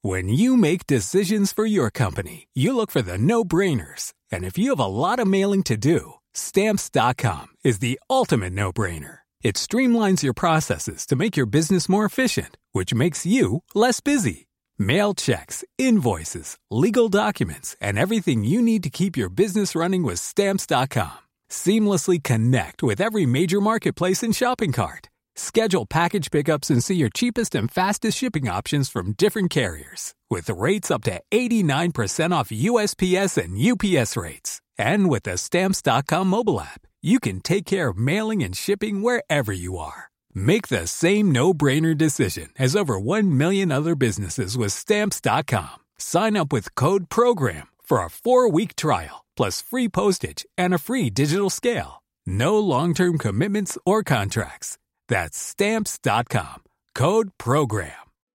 When you make decisions for your company, you look for the no-brainers. And if you have a lot of mailing to do, Stamps.com is the ultimate no-brainer. It streamlines your processes to make your business more efficient, which makes you less busy. Mail checks, invoices, legal documents, and everything you need to keep your business running with Stamps.com. Seamlessly connect with every major marketplace and shopping cart. Schedule package pickups and see your cheapest and fastest shipping options from different carriers. With rates up to 89% off USPS and UPS rates. And with the Stamps.com mobile app, you can take care of mailing and shipping wherever you are. Make the same no-brainer decision as over 1 million other businesses with Stamps.com. Sign up with code PROGRAM for a 4-week trial, plus free postage and a free digital scale. No long-term commitments or contracts. That's Stamps.com. Code PROGRAM.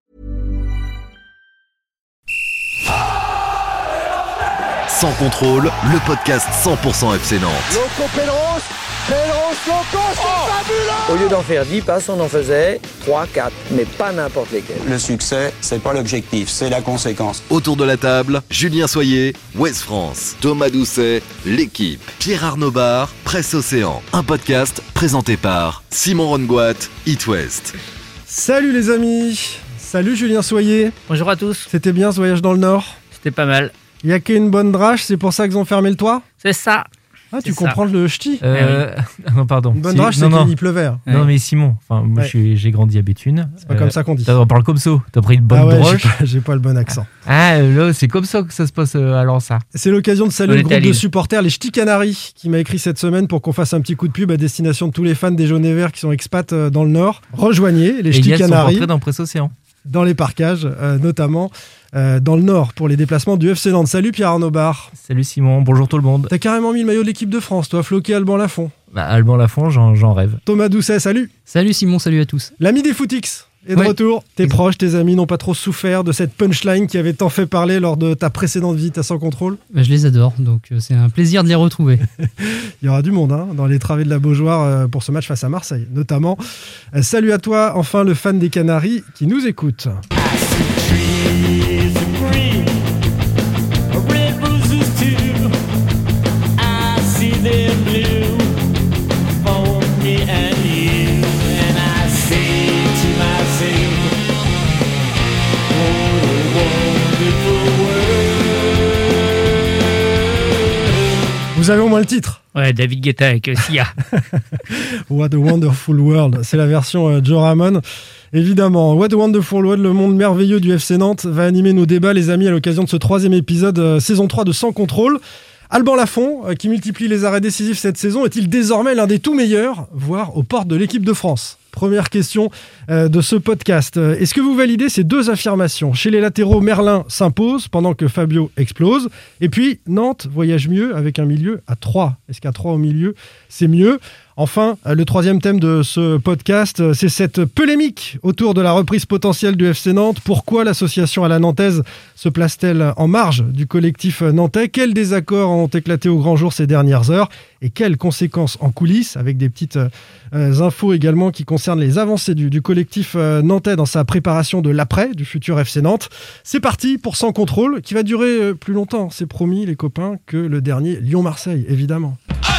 Sans contrôle, le podcast 100% FC Nantes. Loco Pedros, Loco, c'est fabuleux! Au lieu d'en faire 10 passes, on en faisait 3, 4, mais pas n'importe lesquels. Le succès, c'est pas l'objectif, c'est la conséquence. Autour de la table, Julien Soyer, Ouest France, Thomas Doucet, l'équipe, Pierre-Arnaud Barre, Presse Océan. Un podcast présenté par Simon Rongoat, It West. Salut les amis, salut Julien Soyer. Bonjour à tous. C'était bien ce voyage dans le Nord? C'était pas mal. Il y a qu'une bonne drache, c'est pour ça qu'ils ont fermé le toit? C'est ça. Ah, tu comprends le ch'ti? Non, pardon. Une bonne drache, c'est qu'il pleuvait. Non, mais Simon, moi j'ai grandi à Béthune. C'est pas comme ça qu'on dit. On parle comme ça. T'as pris une bonne broche. J'ai pas le bon accent. Là, c'est comme ça que ça se passe à Lensa. C'est l'occasion de saluer le groupe de supporters, les Ch'tis Canaries, qui m'a écrit cette semaine pour qu'on fasse un petit coup de pub à destination de tous les fans des jaunes et verts qui sont expats dans le Nord. Rejoignez les Ch'tis Canaries. Ils sont rentrés dans Presse Océan. Dans les parkages, notamment dans le Nord, pour les déplacements du FC Nantes. Salut Pierre-Arnaud Barre. Salut Simon, bonjour tout le monde. T'as carrément mis le maillot de l'équipe de France, toi, floqué Alban Lafont. Alban Lafont, j'en rêve. Thomas Doucet, salut. Salut Simon, salut à tous. L'ami des footix est de retour. Tes proches, tes amis n'ont pas trop souffert de cette punchline qui avait tant fait parler lors de ta précédente visite à Sans Contrôle? Je les adore, donc c'est un plaisir de les retrouver. Il y aura du monde dans les travées de la Beaujoire pour ce match face à Marseille, notamment. Salut à toi, enfin le fan des Canaries qui nous écoute. Vous avez au moins le titre. Ouais, David Guetta avec Sia. What a Wonderful World. C'est la version Joe Ramone. Évidemment, What a Wonderful World, le monde merveilleux du FC Nantes, va animer nos débats, les amis, à l'occasion de ce 3e épisode, saison 3 de Sans Contrôle. Alban Lafont, qui multiplie les arrêts décisifs cette saison, est-il désormais l'un des tout meilleurs, voire aux portes de l'équipe de France? Première question de ce podcast. Est-ce que vous validez ces deux affirmations? Chez les latéraux, Merlin s'impose pendant que Fabio explose. Et puis, Nantes voyage mieux avec un milieu à 3. Est-ce qu'à 3 au milieu, c'est mieux? Enfin, le troisième thème de ce podcast, c'est cette polémique autour de la reprise potentielle du FC Nantes. Pourquoi l'association à la nantaise se place-t-elle en marge du collectif nantais? Quels désaccords ont éclaté au grand jour ces dernières heures? Et quelles conséquences en coulisses, avec des petites infos également qui concernent les avancées du collectif nantais dans sa préparation de l'après du futur FC Nantes. C'est parti pour Sans Contrôle, qui va durer plus longtemps, c'est promis les copains, que le dernier Lyon-Marseille, évidemment.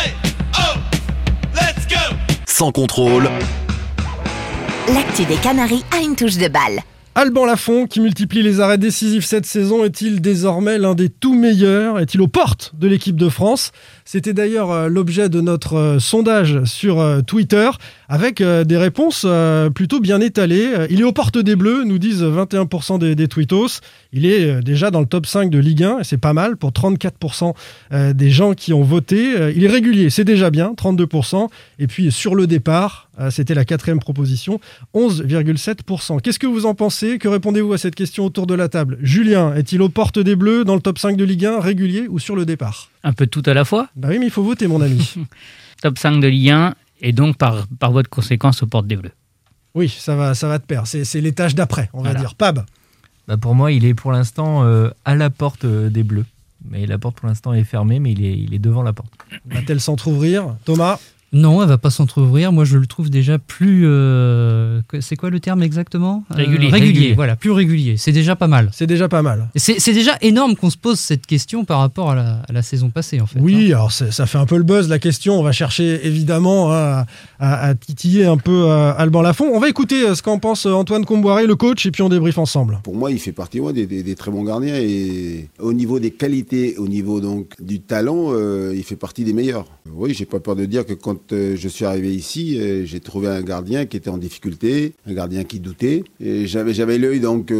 Sans contrôle. L'actu des Canaries a une touche de balle. Alban Lafont, qui multiplie les arrêts décisifs cette saison, est-il désormais l'un des tout meilleurs? Est-il aux portes de l'équipe de France? C'était d'ailleurs l'objet de notre sondage sur Twitter, avec des réponses plutôt bien étalées. Il est aux portes des Bleus, nous disent 21% des tweetos. Il est déjà dans le top 5 de Ligue 1, et c'est pas mal pour 34% des gens qui ont voté. Il est régulier, c'est déjà bien, 32%. Et puis sur le départ, c'était la 4e proposition, 11,7%. Qu'est-ce que vous en pensez? Que répondez-vous à cette question autour de la table? Julien, est-il aux portes des Bleus, dans le top 5 de Ligue 1, régulier ou sur le départ? Un peu tout à la fois. Bah oui, mais il faut voter, mon ami. Top 5 de Ligue 1 et donc par voie de conséquence aux portes des Bleus. Oui, ça va de pair. C'est l'étage d'après, on va dire. Pab? Pour moi, il est pour l'instant à la porte des Bleus. Mais la porte pour l'instant est fermée, mais il est devant la porte. Va-t-elle s'entrouvrir? Thomas? Non, elle va pas s'entrouvrir. Moi, je le trouve déjà plus... c'est quoi le terme exactement ? Régulier. Voilà, plus régulier. C'est déjà pas mal. C'est déjà pas mal. C'est déjà énorme qu'on se pose cette question par rapport à la saison passée, en fait. Oui, alors ça fait un peu le buzz, la question. On va chercher évidemment à titiller un peu Alban Lafont. On va écouter ce qu'en pense Antoine Comboiré, le coach, et puis on débriefe ensemble. Pour moi, il fait partie des très bons gardiens. Et au niveau des qualités, au niveau donc du talent, il fait partie des meilleurs. Oui, j'ai pas peur de dire que quand je suis arrivé ici, j'ai trouvé un gardien qui était en difficulté, un gardien qui doutait. Et j'avais l'œil donc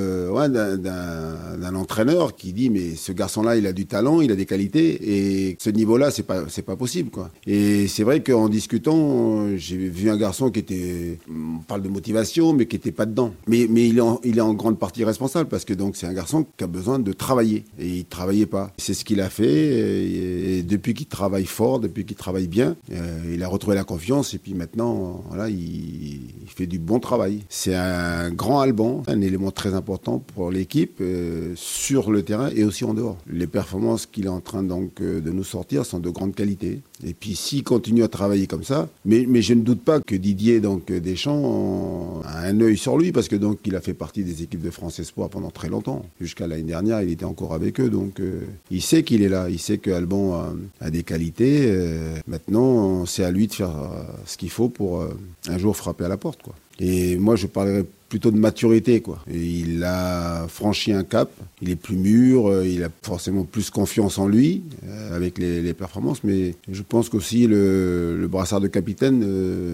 d'un entraîneur qui dit mais ce garçon-là, il a du talent, il a des qualités et ce niveau-là, c'est pas possible quoi. Et c'est vrai qu'en discutant, j'ai vu un garçon qui était, on parle de motivation, mais qui était pas dedans. Mais il est en grande partie responsable parce que donc c'est un garçon qui a besoin de travailler et il travaillait pas. C'est ce qu'il a fait et depuis qu'il travaille fort, depuis qu'il travaille bien. Il a retrouvé la confiance et puis maintenant, voilà, il fait du bon travail. C'est un grand Alban, un élément très important pour l'équipe sur le terrain et aussi en dehors. Les performances qu'il est en train donc de nous sortir sont de grande qualité. Et puis s'il continue à travailler comme ça, mais je ne doute pas que Didier donc Deschamps a un œil sur lui parce que donc il a fait partie des équipes de France Espoir pendant très longtemps. Jusqu'à l'année dernière, il était encore avec eux, donc il sait qu'il est là, il sait que Alban a des qualités. Maintenant, c'est à lui de faire ce qu'il faut pour un jour frapper à la porte, quoi. Et moi, je parlerais plutôt de maturité, quoi. Et il a franchi un cap, il est plus mûr, il a forcément plus confiance en lui avec les performances, mais je pense qu'aussi le brassard de capitaine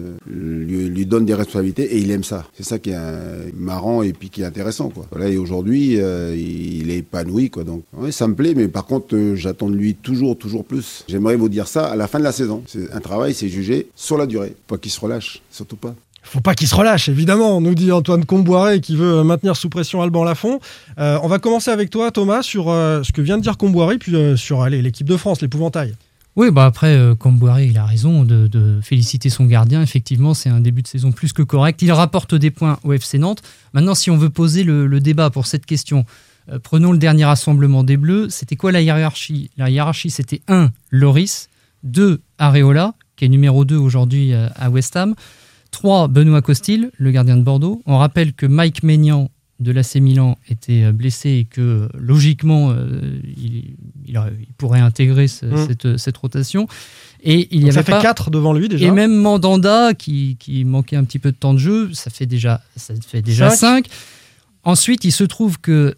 lui donne des responsabilités et il aime ça. C'est ça qui est marrant et puis qui est intéressant, quoi. Voilà, et aujourd'hui, il est épanoui, quoi. Donc, ouais, ça me plaît, mais par contre, j'attends de lui toujours plus. J'aimerais vous dire ça à la fin de la saison. Un travail, c'est jugé sur la durée. Pas qu'il se relâche, surtout pas. Faut pas qu'il se relâche, évidemment, nous dit Antoine Comboiré qui veut maintenir sous pression Alban Lafont. On va commencer avec toi, Thomas, sur ce que vient de dire Comboiré, puis sur l'équipe de France, l'épouvantail. Oui, après, Comboiré, il a raison de féliciter son gardien. Effectivement, c'est un début de saison plus que correct. Il rapporte des points au FC Nantes. Maintenant, si on veut poser le débat pour cette question, prenons le dernier rassemblement des Bleus. C'était quoi la hiérarchie ? La hiérarchie, c'était 1, Loris, 2, Areola, qui est numéro 2 aujourd'hui à West Ham, 3, Benoît Costil, le gardien de Bordeaux. On rappelle que Mike Maignan de l'AC Milan était blessé et que logiquement il pourrait intégrer cette rotation. Et il y avait ça fait 4 devant lui déjà. Et même Mandanda qui manquait un petit peu de temps de jeu, ça fait déjà 5. Ensuite, il se trouve que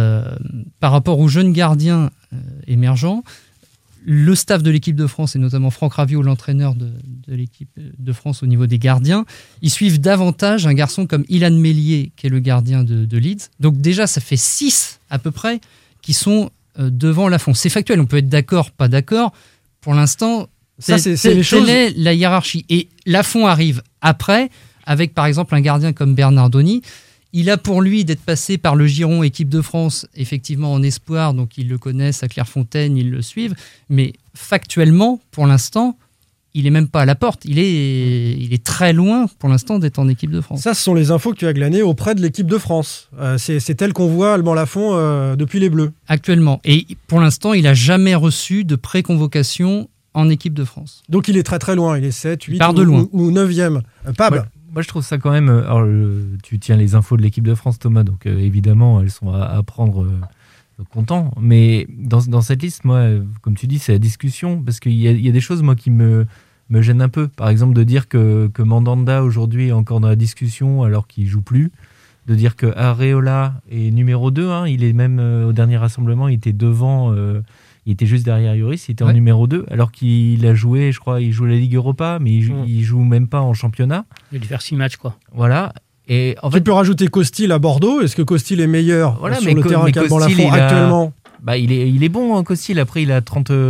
par rapport aux jeunes gardiens émergents, le staff de l'équipe de France, et notamment Franck Raviot, l'entraîneur de l'équipe de France au niveau des gardiens, ils suivent davantage un garçon comme Ilan Meslier, qui est le gardien de Leeds. Donc déjà, ça fait 6 à peu près qui sont devant Lafont. C'est factuel, on peut être d'accord, pas d'accord. Pour l'instant, c'est la hiérarchie. Et Lafont arrive après, avec par exemple un gardien comme Bernardoni. Il a pour lui d'être passé par le giron équipe de France, effectivement en espoir, donc ils le connaissent à Clairefontaine, ils le suivent. Mais factuellement, pour l'instant, il n'est même pas à la porte. Il est très loin, pour l'instant, d'être en équipe de France. Ça, ce sont les infos que tu as glanées auprès de l'équipe de France. C'est tel qu'on voit Alban Lafont depuis les Bleus. Actuellement. Et pour l'instant, il n'a jamais reçu de pré-convocation en équipe de France. Donc il est très très loin. Il est 7, 8 ou 9e. Pable. Ouais. Moi, je trouve ça quand même... Alors, tu tiens les infos de l'équipe de France, Thomas, donc évidemment, elles sont à prendre comptant. Mais dans cette liste, moi, comme tu dis, c'est la discussion, parce qu'il y a des choses, moi, qui me gênent un peu. Par exemple, de dire que Mandanda, aujourd'hui, est encore dans la discussion, alors qu'il ne joue plus. De dire que Areola est numéro 2, hein, il est même, au dernier rassemblement, il était devant... il était juste derrière Lloris, il était en numéro 2, alors qu'il a joué, je crois, il joue la Ligue Europa, mais il joue même pas en championnat. Il a dû faire 6 matchs, quoi. Voilà. Et en fait, tu peux rajouter Costil à Bordeaux. Est-ce que Costil est meilleur sur le terrain qu'Alban Lafont actuellement ? Il est bon, hein, Costil. Après, il a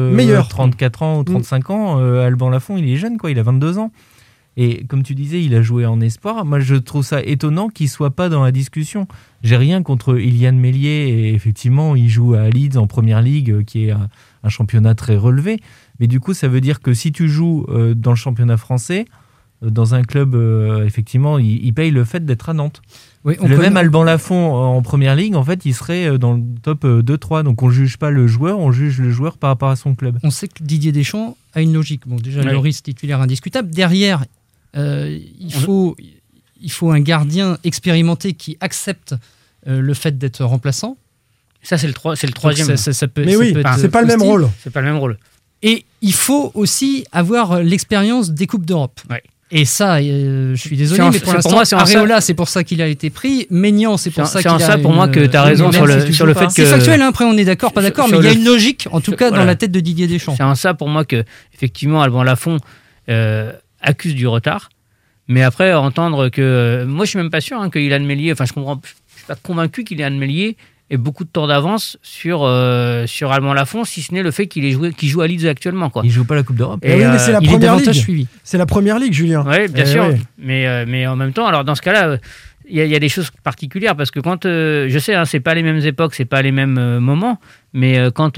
34 ans ou 35 ans. Alban Lafont, il est jeune, quoi. Il a 22 ans. Et comme tu disais, il a joué en espoir. Moi, je trouve ça étonnant qu'il ne soit pas dans la discussion. J'ai rien contre Ilan Meslier. Et effectivement, il joue à Leeds en Première Ligue, qui est un championnat très relevé. Mais du coup, ça veut dire que si tu joues dans le championnat français, dans un club, effectivement, il paye le fait d'être à Nantes. Oui, même Alban Lafont en première ligue, en fait, il serait dans le top 2-3. Donc on ne juge pas le joueur, on juge le joueur par rapport à son club. On sait que Didier Deschamps a une logique. Bon, déjà, Lloris titulaire indiscutable. Derrière, il faut un gardien expérimenté qui accepte le fait d'être remplaçant. Ça, c'est le troisième. Mais oui, c'est pas le même rôle. C'est pas le même rôle. Et il faut aussi avoir l'expérience des Coupes d'Europe. Ouais. Et ça, je suis désolé, mais pour l'instant, Areola, c'est pour ça qu'il a été pris. Maignan, c'est pour ça qu'il a été pris. C'est en ça, pour moi, que tu as raison sur le fait que... C'est factuel, après on est d'accord, pas d'accord, mais il y a une logique, en tout cas, dans la tête de Didier Deschamps. C'est en ça, pour moi, que effectivement, Alban Lafont accuse du retard. Mais après, entendre que... moi, je suis même pas sûr que Ilan Meslier... Enfin, je suis pas convaincu qu'Ilan Meslier ait beaucoup de temps d'avance sur Alban Lafont, si ce n'est le fait qu'il joue à Leeds actuellement, quoi. Il joue pas la Coupe d'Europe. Oui, mais c'est la première ligue. C'est la première ligue, Julien. Oui, bien sûr. Oui. Mais en même temps, alors dans ce cas-là, il y a des choses particulières, parce que quand je sais, c'est pas les mêmes époques, c'est pas les mêmes moments, mais quand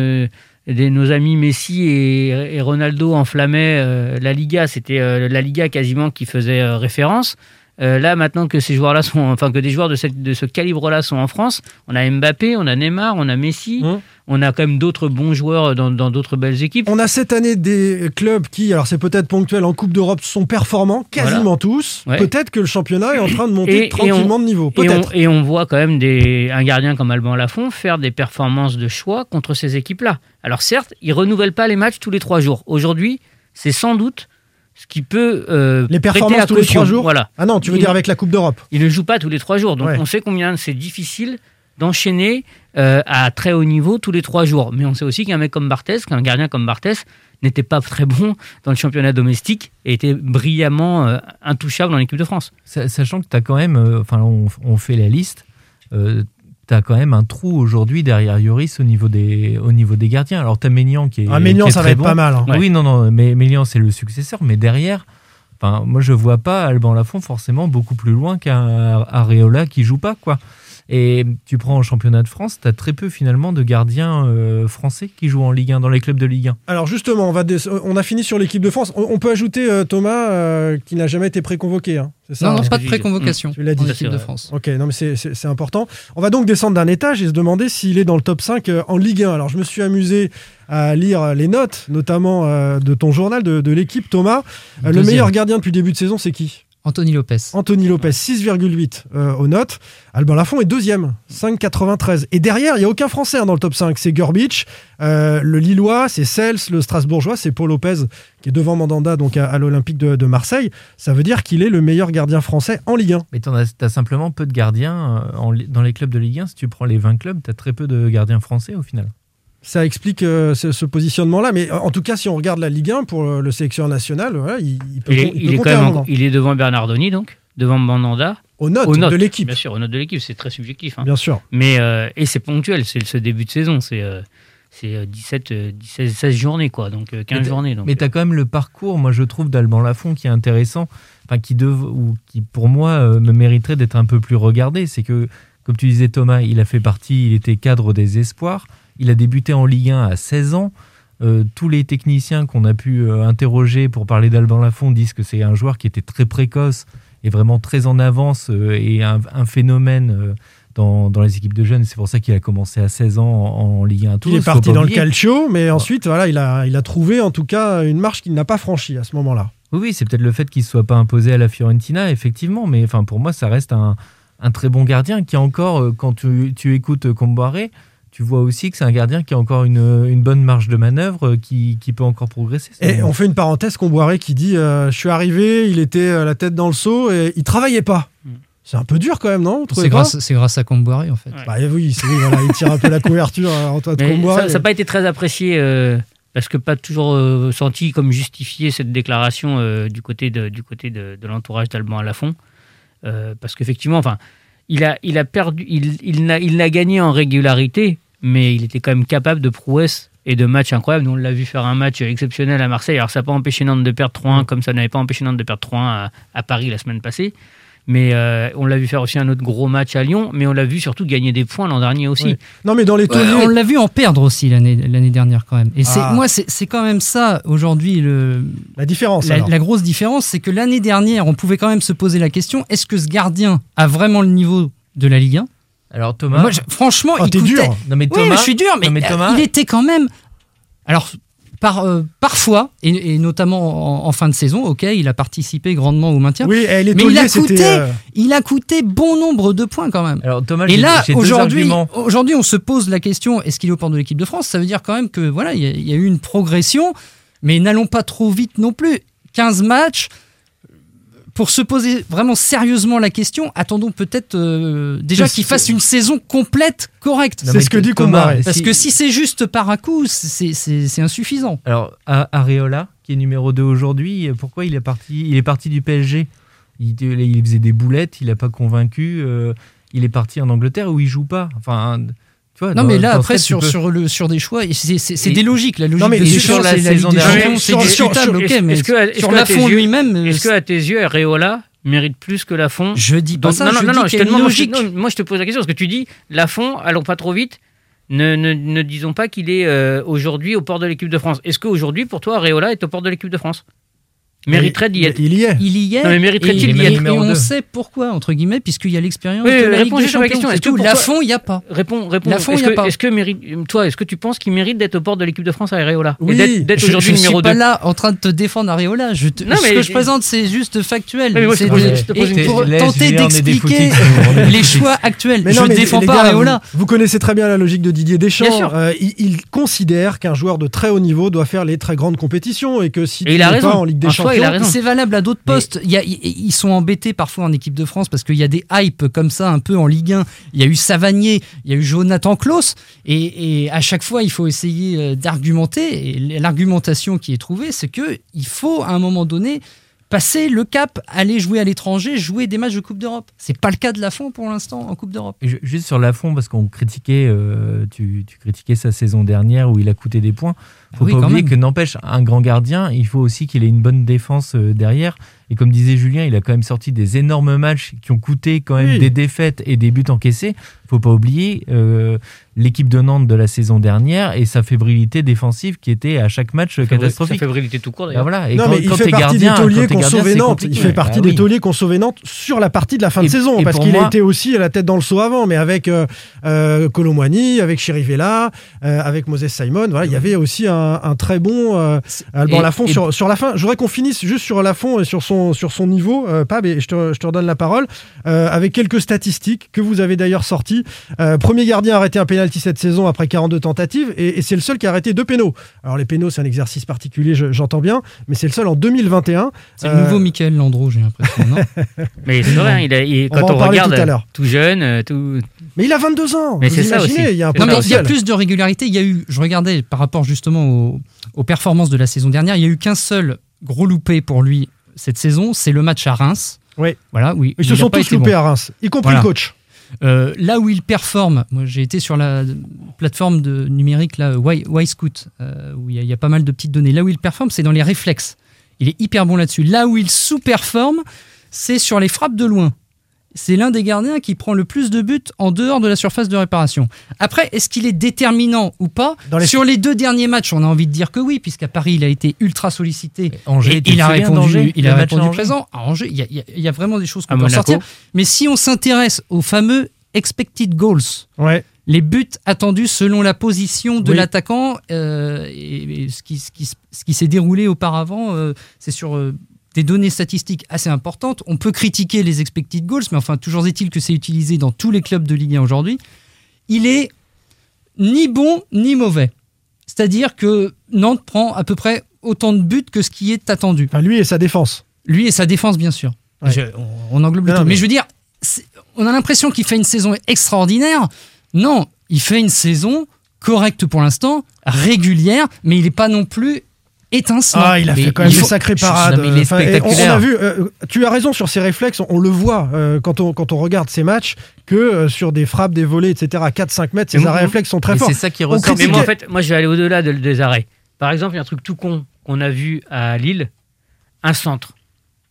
nos amis Messi et Ronaldo enflammaient la Liga, c'était la Liga quasiment qui faisait référence. Là, maintenant que ces joueurs-là que des joueurs de ce calibre-là sont en France, on a Mbappé, on a Neymar, on a Messi, on a quand même d'autres bons joueurs dans d'autres belles équipes. On a cette année des clubs qui, alors c'est peut-être ponctuel, en Coupe d'Europe sont performants, quasiment tous. Ouais. Peut-être que le championnat est en train de monter tranquillement de niveau. Peut-être. Et on voit quand même un gardien comme Alban Lafont faire des performances de choix contre ces équipes-là. Alors certes, ils ne renouvellent pas les matchs tous les 3 jours. Aujourd'hui, c'est sans doute ce qui peut les performances tous les 3 jours. Voilà. Ah non, tu veux dire avec la Coupe d'Europe. Il ne joue pas tous les 3 jours, donc on sait combien c'est difficile d'enchaîner à très haut niveau tous les 3 jours. Mais on sait aussi qu'un gardien comme Barthès n'était pas très bon dans le championnat domestique et était brillamment intouchable en équipe de France. Sachant que tu as quand même, on fait la liste, tu as quand même un trou aujourd'hui derrière Lloris au niveau des gardiens. Alors tu as Maignan qui est Maignan, qui est ça très va être bon. pas mal. Hein. Oui, non, mais Maignan c'est le successeur, mais derrière, moi je vois pas Alban Lafont forcément beaucoup plus loin qu'un Areola qui joue pas, quoi. Et tu prends en championnat de France, tu as très peu finalement de gardiens français qui jouent en Ligue 1, dans les clubs de Ligue 1. Alors justement, on a fini sur l'équipe de France. On peut ajouter Thomas qui n'a jamais été préconvoqué. Hein. C'est ça, non, pas de préconvocation. Tu l'as dit. L'équipe de France. Ok, non mais c'est important. On va donc descendre d'un étage et se demander s'il est dans le top 5 en Ligue 1. Alors je me suis amusé à lire les notes, notamment de ton journal de l'équipe, Thomas. Le meilleur gardien depuis le début de saison, c'est qui ? Anthony Lopez, 6,8 aux notes. Alban Lafont est deuxième, 5,93. Et derrière, il n'y a aucun Français dans le top 5. C'est Gurbic, le Lillois, c'est Sels, le Strasbourgeois, c'est Paul Lopez qui est devant Mandanda donc à l'Olympique de Marseille. Ça veut dire qu'il est le meilleur gardien français en Ligue 1. Mais tu as simplement peu de gardiens dans les clubs de Ligue 1. Si tu prends les 20 clubs, tu as très peu de gardiens français au final. Ça explique ce positionnement-là, mais en tout cas, si on regarde la Ligue 1 pour le sélectionneur national, voilà, il peut compter un moment. Il est devant Bernardoni, donc, devant Mandanda. Aux notes de l'équipe. Bien sûr, aux notes de l'équipe, c'est très subjectif. Bien sûr. Mais, et c'est ponctuel, c'est ce début de saison, c'est 16 journées, quoi, donc 15 journées. Donc. Mais tu as quand même le parcours, moi je trouve, d'Alban Lafont qui est intéressant, qui pour moi me mériterait d'être un peu plus regardé. C'est que, comme tu disais Thomas, il était cadre des espoirs. Il a débuté en Ligue 1 à 16 ans. Tous les techniciens qu'on a pu interroger pour parler d'Alban Lafont disent que c'est un joueur qui était très précoce et vraiment très en avance et un phénomène dans les équipes de jeunes. C'est pour ça qu'il a commencé à 16 ans en Ligue 1 à Toulouse. Il est parti dans le calcio, mais ensuite voilà, il a trouvé en tout cas une marche qu'il n'a pas franchie à ce moment-là. Oui, c'est peut-être le fait qu'il ne soit pas imposé à la Fiorentina, effectivement. Mais pour moi, ça reste un très bon gardien qui encore, quand tu écoutes Comboiré, tu vois aussi que c'est un gardien qui a encore une bonne marge de manœuvre, qui peut encore progresser. Et on fait une parenthèse, Comboiré qui dit je suis arrivé, il était la tête dans le seau et il travaillait pas. C'est un peu dur quand même, non? C'est grâce à Comboiré en fait. Ouais. Bah oui, voilà, il tire un peu la couverture Antoine Comboiré. Ça n'a pas été très apprécié parce que pas toujours senti comme justifié cette déclaration du côté de l'entourage d'Alban Lafont, parce qu'effectivement, il a perdu, il n'a gagné en régularité, mais il était quand même capable de prouesses et de matchs incroyables. Nous, on l'a vu faire un match exceptionnel à Marseille. Alors, ça n'a pas empêché Nantes de perdre 3-1, comme ça n'avait pas empêché Nantes de perdre 3-1 à Paris la semaine passée. Mais on l'a vu faire aussi un autre gros match à Lyon, mais on l'a vu surtout gagner des points l'an dernier aussi. Ouais. Non, mais dans les tauliers... on l'a vu en perdre aussi l'année dernière quand même. Et c'est quand même ça aujourd'hui la différence. La grosse différence, c'est que l'année dernière, on pouvait quand même se poser la question, est-ce que ce gardien a vraiment le niveau de la Ligue 1 ? Alors Thomas, moi, franchement, il t'es coûtait... dur. Non mais Thomas, oui, je suis dur, mais Thomas... il était quand même... Alors... parfois, et notamment en fin de saison, ok, il a participé grandement au maintien, oui, mais il a coûté bon nombre de points quand même. Alors Thomas, et là, aujourd'hui, on se pose la question, est-ce qu'il est au port de l'équipe de France ? Ça veut dire quand même que voilà, il y a eu une progression, mais n'allons pas trop vite non plus. 15 matchs, pour se poser vraiment sérieusement la question, attendons peut-être déjà qu'il fasse une saison complète correcte. C'est ce que dit Combaré. Parce que si c'est juste par à coup, c'est insuffisant. Alors, Areola, qui est numéro 2 aujourd'hui, pourquoi il est parti du PSG ? Il faisait des boulettes, il n'a pas convaincu. Il est parti en Angleterre où il joue pas. Enfin... Tu vois, non mais là après sur des choix c'est des logiques, la logique des champs, c'est la Ligue des Champions, c'est discutable, ok, mais sur Lafont lui-même, est-ce que à tes yeux Areola mérite plus que Lafont ? Je dis pas ça, je te demande logique. Moi je te pose la question parce que tu dis Lafont, allons pas trop vite. Ne disons pas qu'il est aujourd'hui au port de l'équipe de France. Est-ce qu'aujourd'hui pour toi Areola est au port de l'équipe de France ? Mériterait d'y être. Il y est. Non, mais mériterait-il d'y être ? Et on sait pourquoi, entre guillemets, puisqu'il y a l'expérience de la Ligue réponds des juste à ma Champions. question. Lafont, il n'y a pas. Réponds. Lafont, il n'y a pas. Est-ce que tu penses qu'il mérite d'être au port de l'équipe de France à Areola ? Oui, et d'être aujourd'hui numéro 2 ? Je ne suis pas là en train de te défendre Areola. Ce que je présente, c'est juste factuel. C'est pour tenter d'expliquer les choix actuels. Je ne défends pas Areola. Vous connaissez très bien la logique de Didier Deschamps. Il considère qu'un joueur de très haut niveau doit faire les très grandes compétitions et que si tu n'es pas en Ligue des Champions, c'est valable à d'autres postes. Ils sont embêtés parfois en équipe de France parce qu'il y a des hypes comme ça un peu en Ligue 1. Il y a eu Savanier, il y a eu Jonathan Clauss et à chaque fois il faut essayer d'argumenter et l'argumentation qui est trouvée c'est qu'il faut à un moment donné passer le cap, aller jouer à l'étranger, jouer des matchs de Coupe d'Europe. C'est pas le cas de Lafont pour l'instant en Coupe d'Europe. Juste sur Lafont, parce qu'on critiquait, tu critiquais sa saison dernière où il a coûté des points. Faut pas oublier que n'empêche un grand gardien, il faut aussi qu'il ait une bonne défense derrière. Et comme disait Julien, il a quand même sorti des énormes matchs qui ont coûté quand même des défaites et des buts encaissés. Faut pas oublier l'équipe de Nantes de la saison dernière et sa fébrilité défensive qui était à chaque match catastrophique. Sa fébrilité tout court d'ailleurs. Voilà. Et il fait partie des tauliers qu'on sauvait Nantes. Il fait partie des tauliers qu'on sauvait Nantes sur la partie de la fin de saison parce qu'il a été aussi à la tête dans le seau avant, mais avec Kolo Muani, avec Chirivella, avec Moses Simon. Voilà, il y avait aussi un très bon Alban Lafont sur la fin. Je voudrais qu'on finisse juste sur Lafont et sur son niveau, Pab, et je te redonne la parole, avec quelques statistiques que vous avez d'ailleurs sorties. Premier gardien arrêté un pénalty cette saison après 42 tentatives, et c'est le seul qui a arrêté 2 pénaux. Alors les pénaux, c'est un exercice particulier, j'entends bien, mais c'est le seul en 2021. C'est le nouveau Mickaël Landreau, j'ai l'impression, non ? Mais c'est vrai, quand on regarde tout jeune, tout... Mais il a 22 ans. Mais c'est ça aussi. Il y a plus de régularité. Il y a eu, je regardais par rapport justement aux performances de la saison dernière, il n'y a eu qu'un seul gros loupé pour lui cette saison, c'est le match à Reims. Oui. Voilà, oui. Ils se sont tous loupés à Reims, y compris le coach. Là où il performe, moi j'ai été sur la plateforme numérique là, Y-Scout, où il y a pas mal de petites données. Là où il performe, c'est dans les réflexes. Il est hyper bon là-dessus. Là où il sous-performe, c'est sur les frappes de loin. C'est l'un des gardiens qui prend le plus de buts en dehors de la surface de réparation. Après, est-ce qu'il est déterminant ou pas ? Sur les 2 derniers matchs, on a envie de dire que oui, puisqu'à Paris, il a été ultra sollicité. Angers, il a répondu présent. À Angers, il y a vraiment des choses qu'on peut sortir. Mais si on s'intéresse aux fameux expected goals, les buts attendus selon la position de l'attaquant, et ce qui s'est déroulé auparavant, c'est sur... des données statistiques assez importantes. On peut critiquer les expected goals, mais enfin, toujours est-il que c'est utilisé dans tous les clubs de Ligue 1 aujourd'hui. Il est ni bon ni mauvais. C'est-à-dire que Nantes prend à peu près autant de buts que ce qui est attendu. Enfin, lui et sa défense. Lui et sa défense, bien sûr. Ouais. On englobe le tout. Mais je veux dire, on a l'impression qu'il fait une saison extraordinaire. Non, il fait une saison correcte pour l'instant, régulière, mais il n'est pas non plus... étincelant. Il a fait quand même des sacrées parades. Il est spectaculaire. On a vu, tu as raison sur ses réflexes, on le voit quand on regarde ses matchs, que sur des frappes, des volées, etc., à 4-5 mètres, ses arrêts réflexes sont très forts. C'est ça qui ressort. Mais moi, je vais aller au-delà des arrêts. Par exemple, il y a un truc tout con qu'on a vu à Lille, un centre.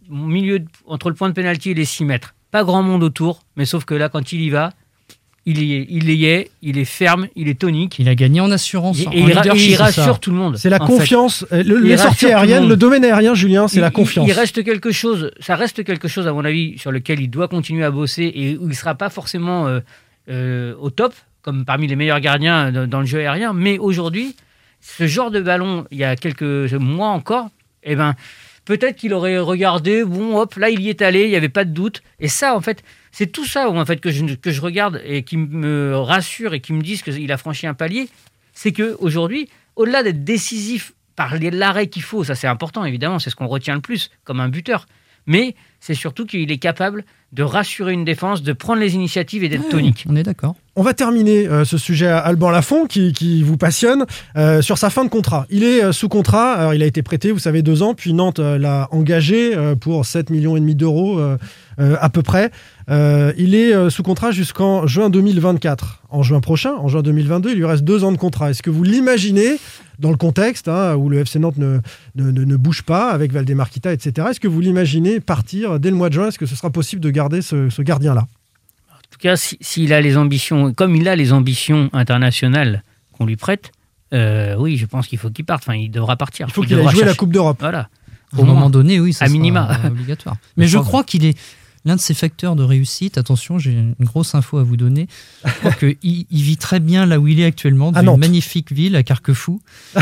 entre le point de pénalty et les 6 mètres. Pas grand monde autour, mais sauf que là, quand il y va, il est ferme, il est tonique. Il a gagné en assurance. Et il rassure tout le monde. C'est la confiance. Les sorties aériennes, le domaine aérien, Julien, c'est la confiance. Ça reste quelque chose, à mon avis, sur lequel il doit continuer à bosser et où il ne sera pas forcément au top, comme parmi les meilleurs gardiens dans le jeu aérien. Mais aujourd'hui, ce genre de ballon, il y a quelques mois encore, peut-être qu'il aurait regardé, là, il y est allé, il n'y avait pas de doute. Et ça, en fait, c'est tout ça en fait, que je regarde et qui me rassure et qui me disent qu'il a franchi un palier. C'est qu'aujourd'hui, au-delà d'être décisif par l'arrêt qu'il faut, ça c'est important évidemment, c'est ce qu'on retient le plus comme un buteur. Mais c'est surtout qu'il est capable de rassurer une défense, de prendre les initiatives et d'être tonique. On est d'accord. On va terminer ce sujet à Alban Lafont qui vous passionne sur sa fin de contrat. Il est sous contrat, alors il a été prêté, vous savez, 2 ans, puis Nantes l'a engagé pour 7,5 millions d'euros à peu près. Il est sous contrat jusqu'en juin 2024. En juin prochain, en juin 2022, il lui reste 2 ans de contrat. Est-ce que vous l'imaginez dans le contexte où le FC Nantes ne bouge pas avec Valdemar Kita, etc. Est-ce que vous l'imaginez partir dès le mois de juin? Est-ce que ce sera possible de garder ce gardien-là? En tout cas, s'il a les ambitions, comme il a les ambitions internationales qu'on lui prête, oui, je pense qu'il faut qu'il parte. Enfin, il devra partir. Il faut qu'il aille jouer la Coupe d'Europe. Voilà. À un moment donné, oui, ça à minima. sera obligatoire. Mais je crois qu'il est l'un de ses facteurs de réussite. Attention, j'ai une grosse info à vous donner. Je crois qu'il vit très bien là où il est actuellement, dans une magnifique ville à Carquefou.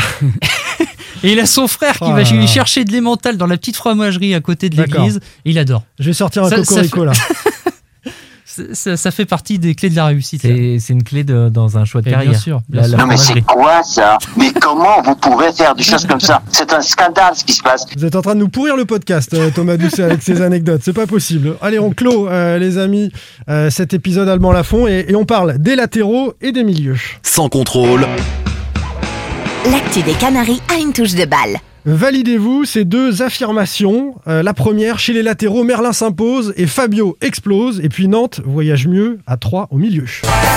Et il a son frère qui va lui chercher de l'emmental dans la petite fromagerie à côté de l'église. Il adore. Je vais sortir un cocorico là. Ça fait partie des clés de la réussite. C'est une clé dans un choix de carrière. Bien sûr. Non mais c'est quoi ça? Mais comment vous pouvez faire des choses comme ça? C'est un scandale ce qui se passe. Vous êtes en train de nous pourrir le podcast, Thomas Doucet, avec ces anecdotes. C'est pas possible. Allez, on clôt, les amis, cet épisode Alban Lafont et on parle des latéraux et des milieux. Sans contrôle. L'actu des Canaries a une touche de balle. Validez-vous ces 2 affirmations. La première, chez les latéraux, Merlin s'impose et Fabio explose. Et puis Nantes voyage mieux à 3 au milieu.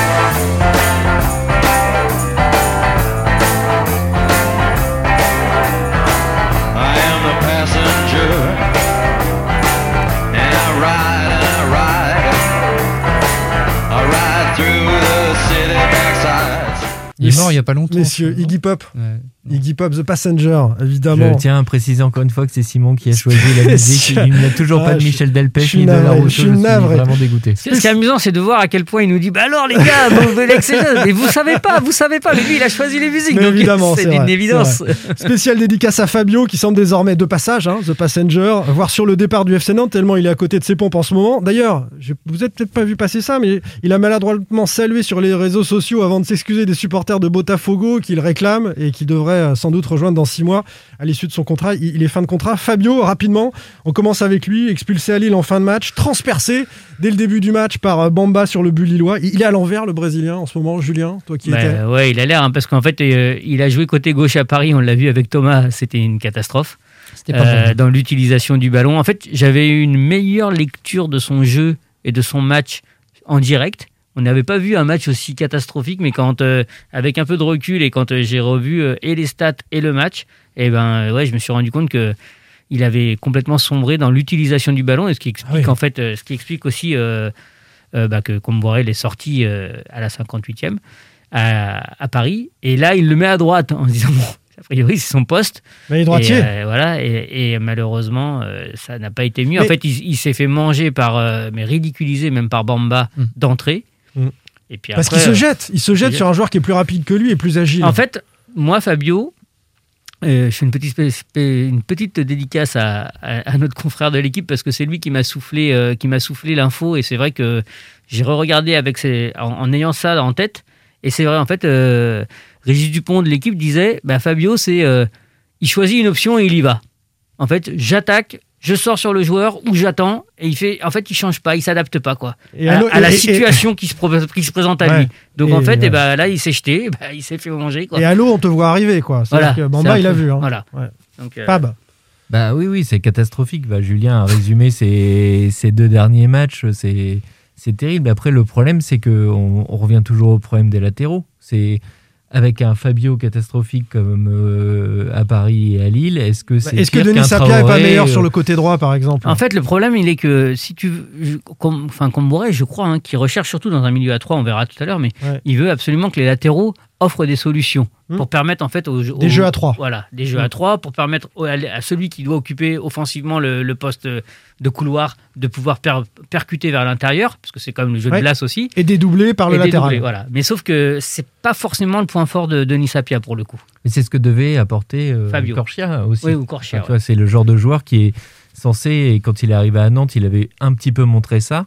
Il est mort il n'y a pas longtemps. Messieurs, Iggy Pop. Ouais. Iggy Pop, The Passenger, évidemment. Je tiens à préciser encore une fois que c'est Simon qui a choisi la musique. Il n'y a toujours pas de Michel Delpech ni de Larousseau. Je suis vraiment dégoûté. Ce qui est amusant, c'est de voir à quel point il nous dit alors les gars, mais vous savez pas. Mais lui, il a choisi les musiques. Mais donc évidemment, c'est une évidence. Spécial dédicace à Fabio qui semble désormais de passage, The Passenger, voire sur le départ du FC Nantes, tellement il est à côté de ses pompes en ce moment. D'ailleurs, vous n'avez peut-être pas vu passer ça, mais il a maladroitement salué sur les réseaux sociaux avant de s'excuser des supporters de Botafogo qu'il réclame et qui devrait sans doute rejoindre dans 6 mois à l'issue de son contrat. Il est fin de contrat. Fabio, rapidement, on commence avec lui, expulsé à Lille en fin de match, transpercé dès le début du match par Bamba sur le but lillois. Il est à l'envers, le Brésilien, en ce moment, Julien, toi qui étais. Ouais, il a l'air, parce qu'en fait, il a joué côté gauche à Paris, on l'a vu avec Thomas, c'était une catastrophe. C'était pas dans l'utilisation du ballon. En fait, j'avais une meilleure lecture de son jeu et de son match en direct. On n'avait pas vu un match aussi catastrophique, mais quand, avec un peu de recul et quand j'ai revu et les stats et le match, je me suis rendu compte qu'il avait complètement sombré dans l'utilisation du ballon, et ce qui explique aussi que Comboirel est sorti à la 58e à Paris, et là il le met à droite en se disant a priori c'est son poste. Mais il est droitier. Et malheureusement ça n'a pas été mieux. En fait il s'est fait manger mais ridiculisé même par Bamba d'entrée. Et puis parce qu'il se jette sur un joueur qui est plus rapide que lui et plus agile. En fait, moi, Fabio, je fais une petite dédicace à notre confrère de l'équipe parce que c'est lui qui m'a soufflé l'info, et c'est vrai que j'ai re-regardé en ayant ça en tête, et c'est vrai, en fait, Régis Dupont de l'équipe disait Fabio, il choisit une option et il y va. En fait, j'attaque, je sors sur le joueur ou j'attends, et il change pas, il s'adapte pas à la situation qui se présente à lui. Donc en fait, là il s'est jeté, il s'est fait manger quoi. Et à l'eau on te voit arriver quoi. C'est-à-dire que Bamba il a vu. Voilà. Ouais. Donc, Fab. Oui, c'est catastrophique. Julien a résumé ces 2 derniers matchs, c'est terrible. Après le problème c'est que on revient toujours au problème des latéraux. avec un Fabio catastrophique comme à Paris et à Lille, est-ce que Denis Sapia n'est pas meilleur sur le côté droit, par exemple? En fait, le problème, il est que si tu veux, Comboiré, je crois, qui recherche surtout dans un milieu à 3, on verra tout à l'heure, mais il veut absolument que les latéraux offrent des solutions pour permettre en fait des jeux à 3. Voilà, des jeux à 3 pour permettre à celui qui doit occuper offensivement le poste de couloir de pouvoir percuter vers l'intérieur, parce que c'est quand même le jeu de glace aussi. Et dédoubler par le latéral. Voilà. Mais sauf que c'est pas forcément le point fort de Denis Sapia pour le coup. Mais c'est ce que devait apporter Fabio Corchia aussi. Oui, ou Corchia. Tu vois, c'est le genre de joueur qui est censé, et quand il est arrivé à Nantes, il avait un petit peu montré ça,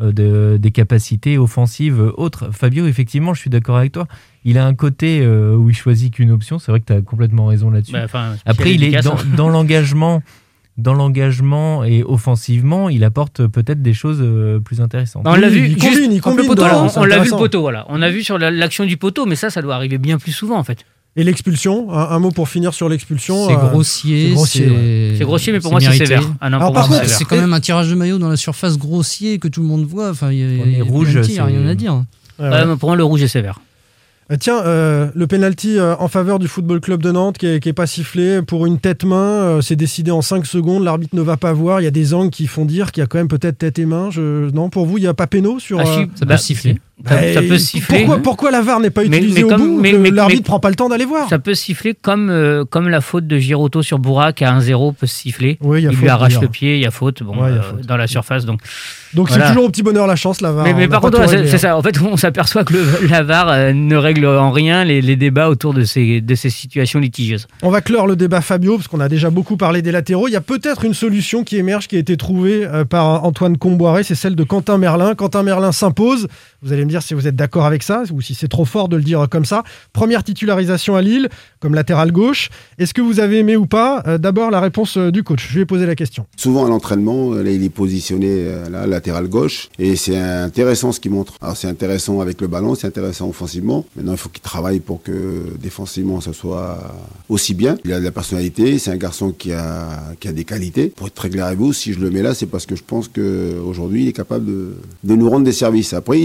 des capacités offensives autres. Fabio, effectivement, je suis d'accord avec toi. Il a un côté où il choisit qu'une option. C'est vrai que tu as complètement raison là-dessus. Après, il est dans l'engagement. Dans l'engagement et offensivement, il apporte peut-être des choses plus intéressantes. On l'a vu, il combine. On l'a vu le poteau, voilà. On a vu sur l'action du poteau, mais ça doit arriver bien plus souvent en fait. Et l'expulsion, un mot pour finir sur l'expulsion. C'est grossier. C'est grossier, mais pour moi c'est sévère. Par contre, c'est quand même un tirage de maillot dans la surface grossier que tout le monde voit. Enfin, il y a rouge, il n'y a rien à dire. Pour moi, le rouge est sévère. Tiens, le penalty en faveur du Football Club de Nantes qui est pas sifflé pour une tête-main, c'est décidé en 5 secondes, l'arbitre ne va pas voir, il y a des angles qui font dire qu'il y a quand même peut-être tête et main. Non, pour vous, il n'y a pas péno sur... ça peut siffler. Ça peut siffler. Pourquoi la VAR n'est pas utilisée au bout l'arbitre prend pas le temps d'aller voir? Ça peut siffler comme la faute de Giroto sur Bourak à 1-0 peut se siffler. Oui, il lui arrache le pied, il y a faute, dans la surface. Donc voilà. C'est toujours au petit bonheur la chance, la VAR. Mais par contre, c'est ça. En fait, on s'aperçoit que la VAR ne règle en rien les débats autour de ces situations litigieuses. On va clore le débat Fabio, parce qu'on a déjà beaucoup parlé des latéraux. Il y a peut-être une solution qui émerge, qui a été trouvée par Antoine Comboiré, c'est celle de Quentin Merlin. Quentin Merlin s'impose. Vous allez me dire si vous êtes d'accord avec ça, ou si c'est trop fort de le dire comme ça. Première titularisation à Lille, comme latéral gauche. Est-ce que vous avez aimé ou pas? D'abord, la réponse du coach. Je lui ai posé la question. Souvent à l'entraînement, là, il est positionné latéral gauche, et c'est intéressant ce qu'il montre. Alors c'est intéressant avec le ballon, c'est intéressant offensivement. Maintenant, il faut qu'il travaille pour que défensivement, ça soit aussi bien. Il a de la personnalité, c'est un garçon qui a des qualités. Pour être très clair avec vous, si je le mets là, c'est parce que je pense qu'aujourd'hui, il est capable de nous rendre des services. Après,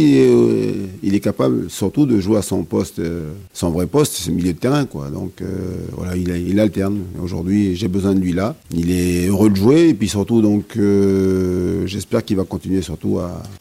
il est capable surtout de jouer à son poste, son vrai poste, c'est le milieu de terrain, quoi. Donc voilà, il alterne. Aujourd'hui, j'ai besoin de lui là. Il est heureux de jouer, et puis surtout, donc j'espère qu'il va continuer surtout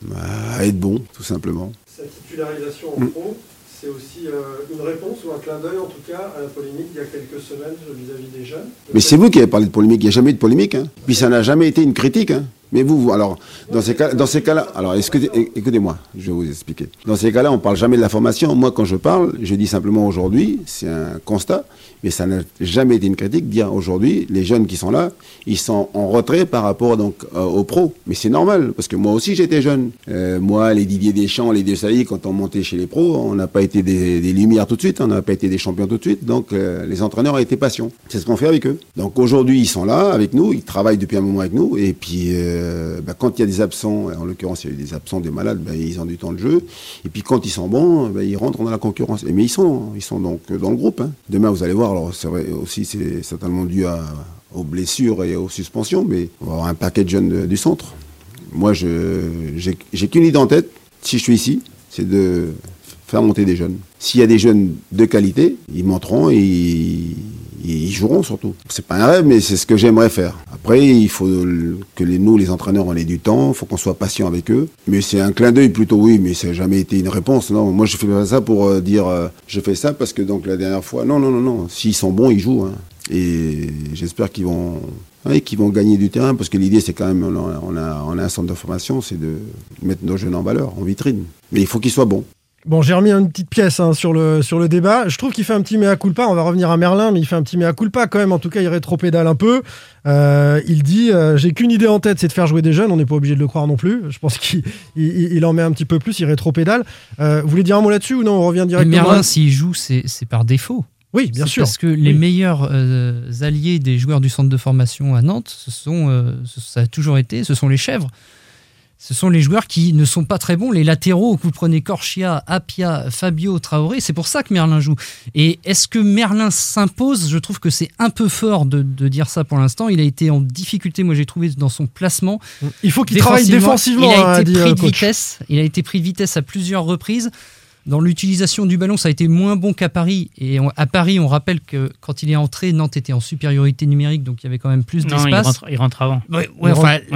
à être bon, tout simplement. Sa titularisation en pro, c'est aussi une réponse ou un clin d'œil, en tout cas, à la polémique il y a quelques semaines vis-à-vis des jeunes. Mais c'est vous qui avez parlé de polémique. Il n'y a jamais eu de polémique. Puis ça n'a jamais été une critique. Mais vous, alors, dans ces cas-là, alors, écoutez-moi, je vais vous expliquer. Dans ces cas-là, on ne parle jamais de la formation. Moi, quand je parle, je dis simplement aujourd'hui, c'est un constat, mais ça n'a jamais été une critique, dire aujourd'hui, les jeunes qui sont là, ils sont en retrait par rapport donc aux pros. Mais c'est normal, parce que moi aussi, j'étais jeune. Moi, les Didier Deschamps, les Desailly, quand on montait chez les pros, on n'a pas été des lumières tout de suite, on n'a pas été des champions tout de suite, donc les entraîneurs ont été patients. C'est ce qu'on fait avec eux. Donc aujourd'hui, ils sont là avec nous, ils travaillent depuis un moment avec nous, et puis quand il y a des absents, en l'occurrence il y a eu des absents, des malades, ils ont du temps de jeu, et puis quand ils sont bons, ils rentrent dans la concurrence. Mais ils sont donc dans le groupe. Demain vous allez voir, alors c'est vrai aussi, c'est certainement dû aux blessures et aux suspensions, mais on va avoir un paquet de jeunes du centre. Moi j'ai qu'une idée en tête, si je suis ici, c'est de faire monter des jeunes. S'il y a des jeunes de qualité, ils monteront et ils joueront surtout. C'est pas un rêve, mais c'est ce que j'aimerais faire. Après, il faut que nous, les entraîneurs, on ait du temps, il faut qu'on soit patient avec eux. Mais c'est un clin d'œil plutôt, oui, mais ça n'a jamais été une réponse. Non, moi je fais pas ça pour dire je fais ça parce que donc la dernière fois, non. S'ils sont bons, ils jouent. Et j'espère qu'ils vont gagner du terrain, parce que l'idée c'est quand même, on a un centre de formation, c'est de mettre nos jeunes en valeur, en vitrine. Mais il faut qu'ils soient bons. Bon, j'ai remis une petite pièce sur le débat. Je trouve qu'il fait un petit mea culpa. On va revenir à Merlin, mais il fait un petit mea culpa quand même. En tout cas, il rétropédale un peu. Il dit j'ai qu'une idée en tête, c'est de faire jouer des jeunes. On n'est pas obligé de le croire non plus. Je pense qu'il en met un petit peu plus. Il rétropédale. Vous voulez dire un mot là-dessus ou non? On revient directement. Merlin, s'il joue, c'est par défaut. Oui, bien sûr. Parce que les meilleurs alliés des joueurs du centre de formation à Nantes, ça a toujours été, ce sont les chèvres. Ce sont les joueurs qui ne sont pas très bons. Les latéraux, que vous prenez Corchia, Apia, Fabio, Traoré, c'est pour ça que Merlin joue. Et est-ce que Merlin s'impose? Je trouve que c'est un peu fort de dire ça pour l'instant. Il a été en difficulté, moi j'ai trouvé, dans son placement. Il faut qu'il travaille défensivement. Il a été pris de vitesse. Il a été pris de vitesse à plusieurs reprises. Dans l'utilisation du ballon, ça a été moins bon qu'à Paris. Et à Paris, on rappelle que quand il est entré, Nantes était en supériorité numérique, donc il y avait quand même plus d'espace. Il rentre avant. Il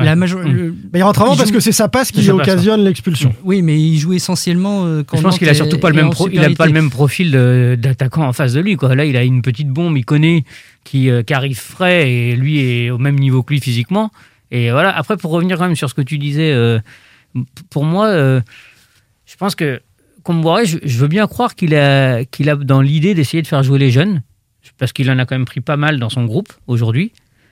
rentre avant parce que c'est sa passe qui occasionne l'expulsion. Oui, mais il joue essentiellement quand je pense qu'il a surtout pas le même profil d'attaquant en face de lui, quoi. Là, il a une petite bombe, il connaît, qui arrive frais, et lui est au même niveau que lui physiquement. Et voilà. Après, pour revenir quand même sur ce que tu disais, pour moi, je pense que Comboiré, je veux bien croire qu'il a dans l'idée d'essayer de faire jouer les jeunes, parce qu'il en a quand même pris pas mal dans son groupe aujourd'hui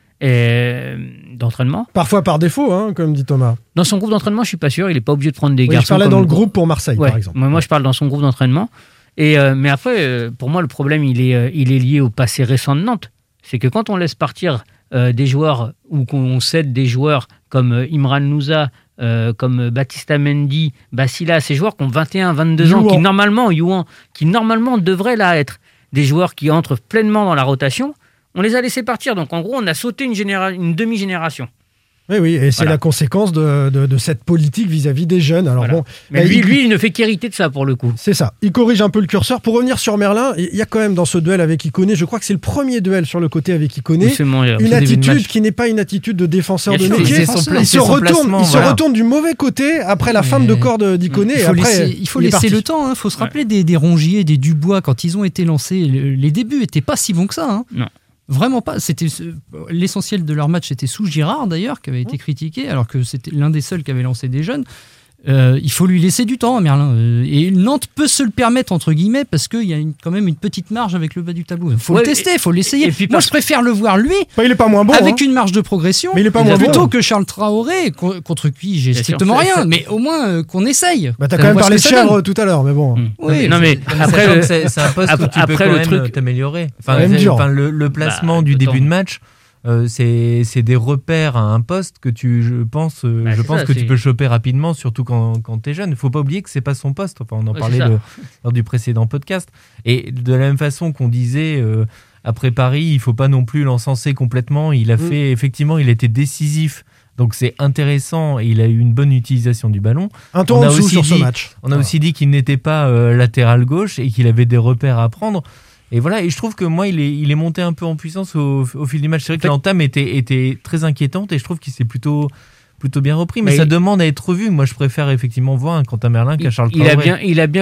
d'entraînement. Parfois par défaut, comme dit Thomas. Dans son groupe d'entraînement, je suis pas sûr. Il est pas obligé de prendre des garçons. Je parlais dans le groupe pour Marseille, par exemple. Moi, je parle dans son groupe d'entraînement. Mais après, pour moi, le problème, il est lié au passé récent de Nantes. C'est que quand on laisse partir des joueurs ou qu'on cède des joueurs comme Imran Louza, comme Baptista Mendy, Basila, ces joueurs qui ont 21, 22 ans, qui normalement devraient là être des joueurs qui entrent pleinement dans la rotation, on les a laissés partir. Donc en gros, on a sauté une demi-génération. Oui, et c'est la conséquence de cette politique vis-à-vis des jeunes. Alors bon, mais lui, il ne fait qu'hériter de ça pour le coup. C'est ça. Il corrige un peu le curseur. Pour revenir sur Merlin, il y a quand même dans ce duel avec Ikoné, je crois que c'est le premier duel sur le côté avec Ikoné, une attitude qui n'est pas une attitude de défenseur de métier. Il se retourne du mauvais côté après la fin de corps d'Ikoné. Il faut laisser le temps. Il faut se rappeler des Rongier, des Dubois quand ils ont été lancés. Les débuts n'étaient pas si bons que ça. Non. Vraiment pas. C'était l'essentiel de leur match, c'était sous Girard d'ailleurs, qui avait été critiqué, alors que c'était l'un des seuls qui avait lancé des jeunes. Il faut lui laisser du temps, Merlin. Et Nantes peut se le permettre, entre guillemets, parce qu'il y a quand même une petite marge avec le bas du tableau. Il faut le tester, il faut l'essayer. Moi, je préfère le voir, lui, il est pas moins bon, avec une marge de progression, mais il est pas plutôt que Charles Traoré, contre qui j'ai strictement rien. Mais au moins qu'on essaye. T'as quand même parlé de Chèvre tout à l'heure, mais bon. Oui, non, mais après, c'est un poste où tu peux quand même t'améliorer. Le placement du début de match, c'est des repères à un poste que je pense que tu peux choper rapidement, surtout quand t'es jeune. Il faut pas oublier que c'est pas son poste. Enfin, on en parlait lors du précédent podcast. Et de la même façon qu'on disait après Paris, il faut pas non plus l'encenser complètement. Il a fait, effectivement, il était décisif. Donc c'est intéressant, il a eu une bonne utilisation du ballon. Un tour en dessous sur ce match. On a aussi dit qu'il n'était pas latéral gauche et qu'il avait des repères à prendre. Et voilà, et je trouve que moi, il est monté un peu en puissance au fil du match. C'est vrai que l'entame était très inquiétante et je trouve qu'il s'est plutôt bien repris. Mais ça demande à être revu. Moi, je préfère effectivement voir un Quentin Merlin qu'un Charles Traoré.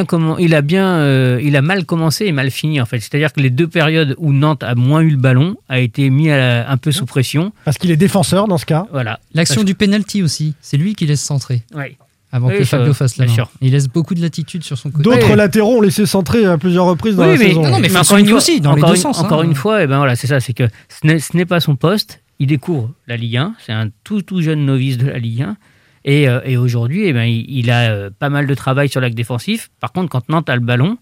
Il a mal commencé et mal fini, en fait. C'est-à-dire que les deux périodes où Nantes a moins eu le ballon a été mis un peu sous pression. Parce qu'il est défenseur dans ce cas. Voilà. L'action du penalty aussi, c'est lui qui laisse centrer. Oui. Avant que Fabio fasse la main. Il laisse beaucoup de latitude sur son côté. D'autres latéraux ont laissé centrer à plusieurs reprises dans la saison. Non, mais encore une fois aussi, dans les deux sens. Encore une fois, c'est ça, c'est que ce n'est pas son poste. Il découvre la Ligue 1. C'est un tout jeune novice de la Ligue 1. Et aujourd'hui, il a pas mal de travail sur l'axe défensif. Par contre, quand Nantes a le ballon,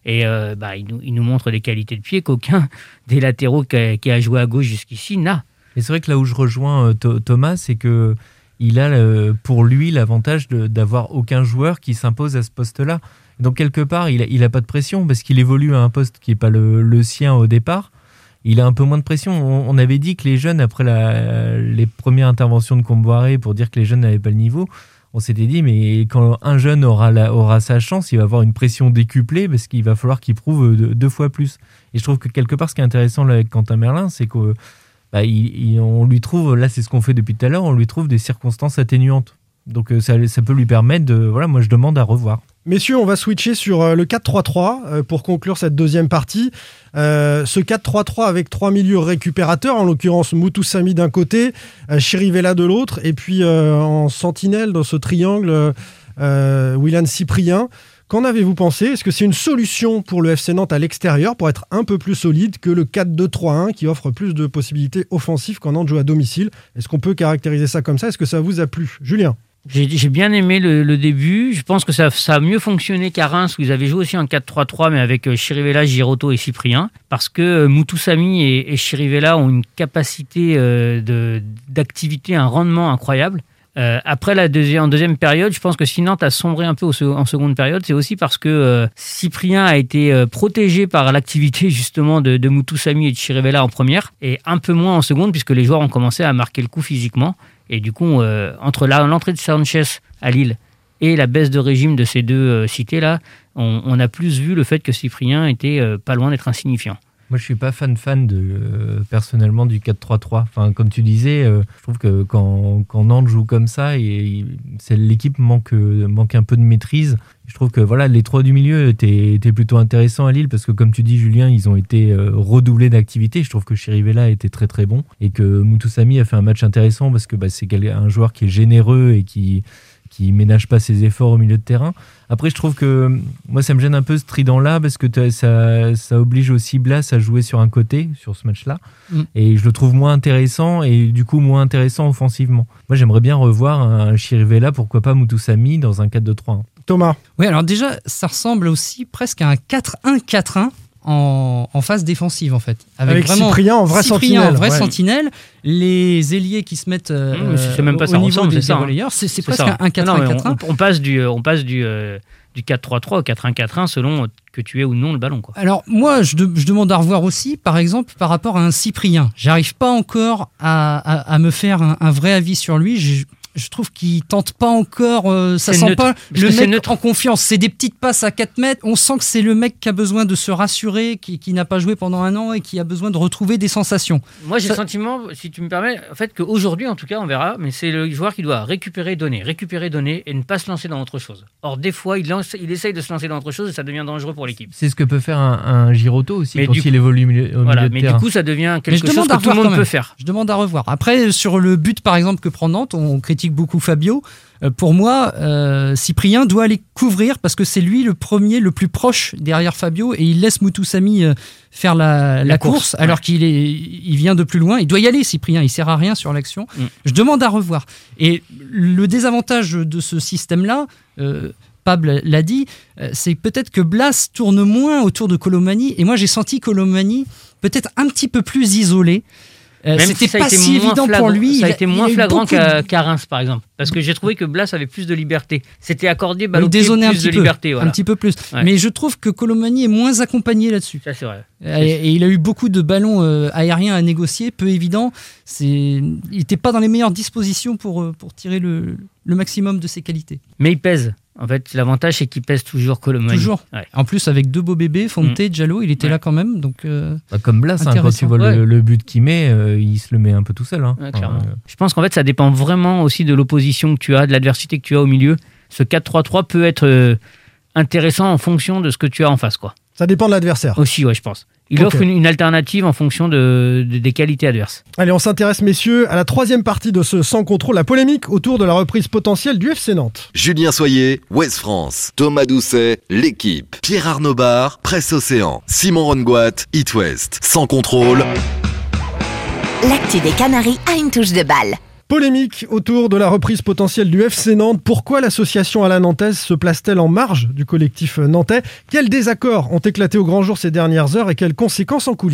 il nous montre des qualités de pied qu'aucun des latéraux qui a joué à gauche jusqu'ici n'a. Et c'est vrai que là où je rejoins Thomas, c'est que il a pour lui l'avantage d'avoir aucun joueur qui s'impose à ce poste-là. Donc quelque part, il a pas de pression parce qu'il évolue à un poste qui n'est pas le sien au départ. Il a un peu moins de pression. On avait dit que les jeunes, après les premières interventions de Comboiré pour dire que les jeunes n'avaient pas le niveau, on s'était dit, mais quand un jeune aura sa chance, il va avoir une pression décuplée parce qu'il va falloir qu'il prouve 2 fois plus. Et je trouve que quelque part, ce qui est intéressant là, avec Quentin Merlin, c'est que on lui trouve, là c'est ce qu'on fait depuis tout à l'heure, on lui trouve des circonstances atténuantes. Donc ça peut lui permettre moi je demande à revoir. Messieurs, on va switcher sur le 4-3-3 pour conclure cette deuxième partie. Ce 4-3-3 avec 3 milieux récupérateurs, en l'occurrence Moutou Samy d'un côté, Chirivella de l'autre, et puis en sentinelle dans ce triangle, Willan Cyprien. Qu'en avez-vous pensé ? Est-ce que c'est une solution pour le FC Nantes à l'extérieur pour être un peu plus solide que le 4-2-3-1 qui offre plus de possibilités offensives quand Nantes joue à domicile ? Est-ce qu'on peut caractériser ça comme ça ? Est-ce que ça vous a plu ? Julien ? J'ai bien aimé le début. Je pense que ça a mieux fonctionné qu'à Reims où ils avaient joué aussi en 4-3-3 mais avec Chirivella, Girotto et Cyprien parce que Moutou Samy et Chirivella ont une capacité d'activité, un rendement incroyable. Après en deuxième période, je pense que si Nantes a sombré un peu en seconde période, c'est aussi parce que Cyprien a été protégé par l'activité justement de Moutou Samy et de Chirivella en première et un peu moins en seconde puisque les joueurs ont commencé à marquer le coup physiquement. Et du coup, entre l'entrée de Sanchez à Lille et la baisse de régime de ces deux cités-là, on a plus vu le fait que Cyprien était pas loin d'être insignifiant. Moi, je suis pas fan personnellement du 4-3-3. Enfin, comme tu disais, je trouve que quand Nantes joue comme ça, l'équipe manque un peu de maîtrise. Je trouve que voilà, les trois du milieu étaient plutôt intéressants à Lille parce que, comme tu dis, Julien, ils ont été redoublés d'activité. Je trouve que Chirivella était très très bon et que Moutoussamy a fait un match intéressant parce que c'est un joueur qui est généreux et qui ménage pas ses efforts au milieu de terrain. Après, je trouve que moi, ça me gêne un peu ce trident-là parce que ça oblige aussi Blas à jouer sur un côté, sur ce match-là. Et je le trouve moins intéressant et du coup moins intéressant offensivement. Moi, j'aimerais bien revoir un Chirivella, pourquoi pas Moutoussamy dans un 4-2-3-1. Thomas. Oui, alors déjà, ça ressemble aussi presque à un 4-1-4-1 en phase défensive, en fait. Avec vraiment Cyprien en vrai sentinelle. Les ailiers qui se mettent c'est même pas au niveau des relayeurs. C'est presque un 4-1-4-1. On passe du 4-3-3 au 4-1-4-1 selon que tu aies ou non le ballon, quoi. Alors moi, je demande à revoir aussi, par exemple, par rapport à un Cyprien. J'arrive pas encore à me faire un vrai avis sur lui. Je trouve qu'il tente pas encore, ça sent neutre. Pas le mec en confiance. C'est des petites passes à 4 mètres. On sent que c'est le mec qui a besoin de se rassurer, qui n'a pas joué pendant un an et qui a besoin de retrouver des sensations. Moi, j'ai le sentiment, si tu me permets, en fait, qu'aujourd'hui, en tout cas, on verra, mais c'est le joueur qui doit récupérer, donner et ne pas se lancer dans autre chose. Or, des fois, il essaye de se lancer dans autre chose et ça devient dangereux pour l'équipe. C'est ce que peut faire un Girotto aussi quand il évolue au milieu de terrain. Mais du coup, ça devient quelque chose que tout le monde peut faire. Je demande à revoir. Après, sur le but, par exemple, que prend Nantes, on critique beaucoup Fabio. Pour moi, Cyprien doit aller couvrir parce que c'est lui le premier, le plus proche derrière Fabio et il laisse Moutoussamy faire la course alors qu'il vient de plus loin. Il doit y aller, Cyprien, il sert à rien sur l'action. Je demande à revoir. Et le désavantage de ce système-là, Pable l'a dit, c'est peut-être que Blas tourne moins autour de Colomani et moi j'ai senti Colomani peut-être un petit peu plus isolé. C'était pas si évident pour lui. Ça a été moins flagrant qu'à Reims, par exemple. Parce que j'ai trouvé que Blas avait plus de liberté. C'était accordé Balotelli plus de liberté. Voilà. Un petit peu plus. Ouais. Mais je trouve que Colomani est moins accompagné là-dessus. Ça, c'est vrai. Et il a eu beaucoup de ballons aériens à négocier, peu évident. Il n'était pas dans les meilleures dispositions pour tirer le maximum de ses qualités. Mais il pèse. En fait, l'avantage, c'est qu'il pèse toujours Colomani. Toujours. Ouais. En plus, avec deux beaux bébés, Fonte, Diallo, il était là quand même. Donc, comme Blas, quand tu vois le but qu'il met, il se le met un peu tout seul. Clairement. Je pense qu'en fait, ça dépend vraiment aussi de l'opposition que tu as, de l'adversité que tu as au milieu. Ce 4-3-3 peut être intéressant en fonction de ce que tu as en face, quoi. Ça dépend de l'adversaire. Aussi, ouais, je pense. Il offre une alternative en fonction des qualités adverses. Allez, on s'intéresse, messieurs, à la troisième partie de ce Sans Contrôle, la polémique autour de la reprise potentielle du FC Nantes. Julien Soyer, Ouest France. Thomas Doucet, l'équipe. Pierre Arnaud Bar, Presse Océan. Simon Rongoat, It West. Sans Contrôle. L'actu des Canaries a une touche de balle. Polémique autour de la reprise potentielle du FC Nantes. Pourquoi l'association à la nantaise se place-t-elle en marge du collectif nantais ? Quels désaccords ont éclaté au grand jour ces dernières heures et quelles conséquences en coulisses ?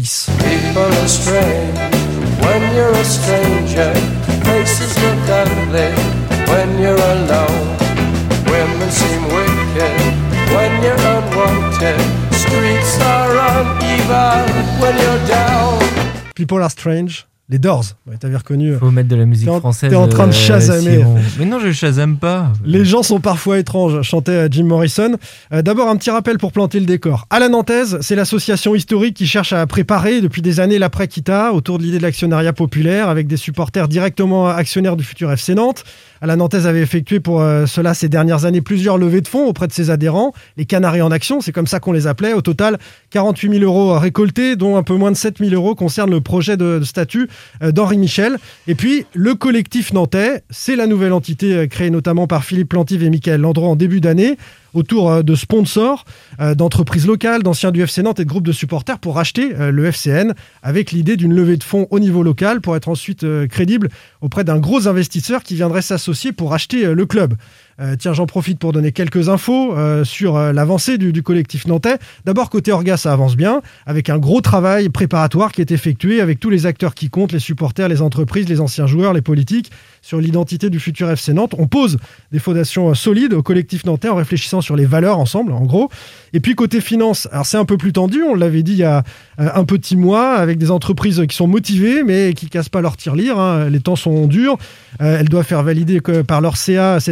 People are strange. Les Doors, t'avais reconnu. Faut mettre de la musique française. T'es en train de chasamer. Mais non, je chasame pas. Les gens sont parfois étranges, chantait Jim Morrison. D'abord, un petit rappel pour planter le décor. À la nantaise, c'est l'association historique qui cherche à préparer depuis des années l'après-Kita autour de l'idée de l'actionnariat populaire avec des supporters directement actionnaires du futur FC Nantes. À la nantaise avait effectué pour cela ces dernières années plusieurs levées de fonds auprès de ses adhérents. Les Canaries en action, c'est comme ça qu'on les appelait. Au total, 48 000 euros récoltés, dont un peu moins de 7 000 euros concernent le projet de statut d'Henri Michel. Et puis, le collectif nantais, c'est la nouvelle entité créée notamment par Philippe Plantive et Michael Landreau en début d'année, autour de sponsors, d'entreprises locales, d'anciens du FC Nantes et de groupes de supporters pour racheter le FCN avec l'idée d'une levée de fonds au niveau local pour être ensuite crédible auprès d'un gros investisseur qui viendrait s'associer pour racheter le club. Tiens, j'en profite pour donner quelques infos sur l'avancée du collectif nantais. D'abord, côté orga, ça avance bien, avec un gros travail préparatoire qui est effectué avec tous les acteurs qui comptent, les supporters, les entreprises, les anciens joueurs, les politiques, sur l'identité du futur FC Nantes. On pose des fondations solides au collectif nantais en réfléchissant sur les valeurs ensemble, en gros. Et puis, côté finance, alors c'est un peu plus tendu, on l'avait dit il y a un petit mois, avec des entreprises qui sont motivées, mais qui ne cassent pas leur tirelire. Les temps sont durs. Elles doivent faire valider par leur CA cet argent mis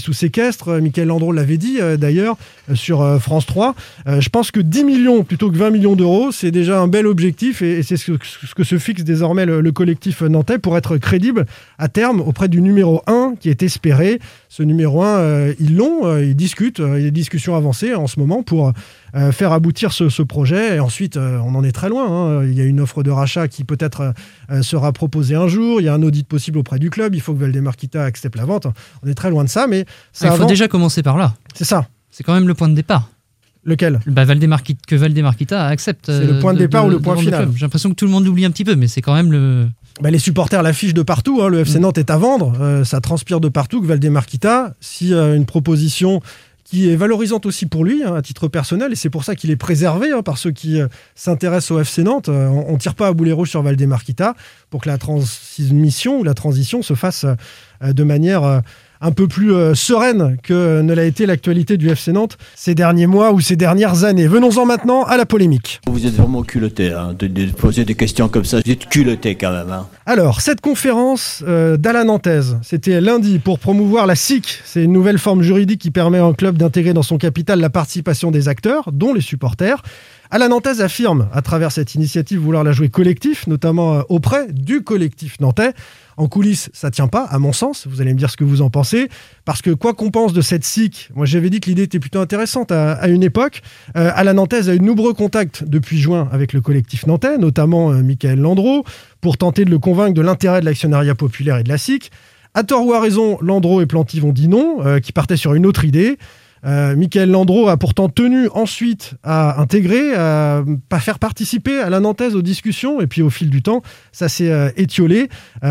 sous séquestre. Michael Landreau l'avait dit d'ailleurs sur France 3. Je pense que 10 millions plutôt que 20 millions d'euros, c'est déjà un bel objectif et c'est ce que se fixe désormais le collectif nantais pour être crédible à terme auprès du numéro 1 qui est espéré. Ce numéro 1, ils discutent, il y a des discussions avancées en ce moment pour faire aboutir ce projet. Et ensuite, on en est très loin. Il y a une offre de rachat qui peut-être sera proposée un jour. Il y a un audit possible auprès du club. Il faut que Valdemar Kita accepte la vente. On est très loin de ça, mais il faut déjà commencer par là. C'est ça. C'est quand même le point de départ. Lequel ? Que Valdemar Kita accepte. C'est le point de départ ou le point final ? J'ai l'impression que tout le monde l'oublie un petit peu, mais c'est quand même le... Les supporters l'affichent de partout. Le FC Nantes est à vendre. Ça transpire de partout que Valdemar Kita, si une proposition qui est valorisante aussi pour lui, à titre personnel, et c'est pour ça qu'il est préservé par ceux qui s'intéressent au FC Nantes. On ne tire pas à boulet rouge sur Valdemar Kita pour que la transmission ou la transition se fasse de manière un peu plus sereine que ne l'a été l'actualité du FC Nantes ces derniers mois ou ces dernières années. Venons-en maintenant à la polémique. Vous êtes vraiment culotté de poser des questions comme ça. Vous êtes culotté quand même. Alors, cette conférence d'Ala Nantaise, c'était lundi pour promouvoir la SIC. C'est une nouvelle forme juridique qui permet à un club d'intégrer dans son capital la participation des acteurs, dont les supporters. Ala Nantaise affirme, à travers cette initiative, vouloir la jouer collectif, notamment auprès du collectif nantais. En coulisses, ça tient pas, à mon sens. Vous allez me dire ce que vous en pensez. Parce que quoi qu'on pense de cette SIC, moi j'avais dit que l'idée était plutôt intéressante à une époque. Ala Nantaise a eu de nombreux contacts depuis juin avec le collectif nantais, notamment Michael Landreau, pour tenter de le convaincre de l'intérêt de l'actionnariat populaire et de la SIC. À tort ou à raison, Landreau et Plantive ont dit non, qui partaient sur une autre idée. Michael Landreau a pourtant tenu ensuite à intégrer, à faire participer Ala Nantaise aux discussions, et puis au fil du temps, ça s'est étiolé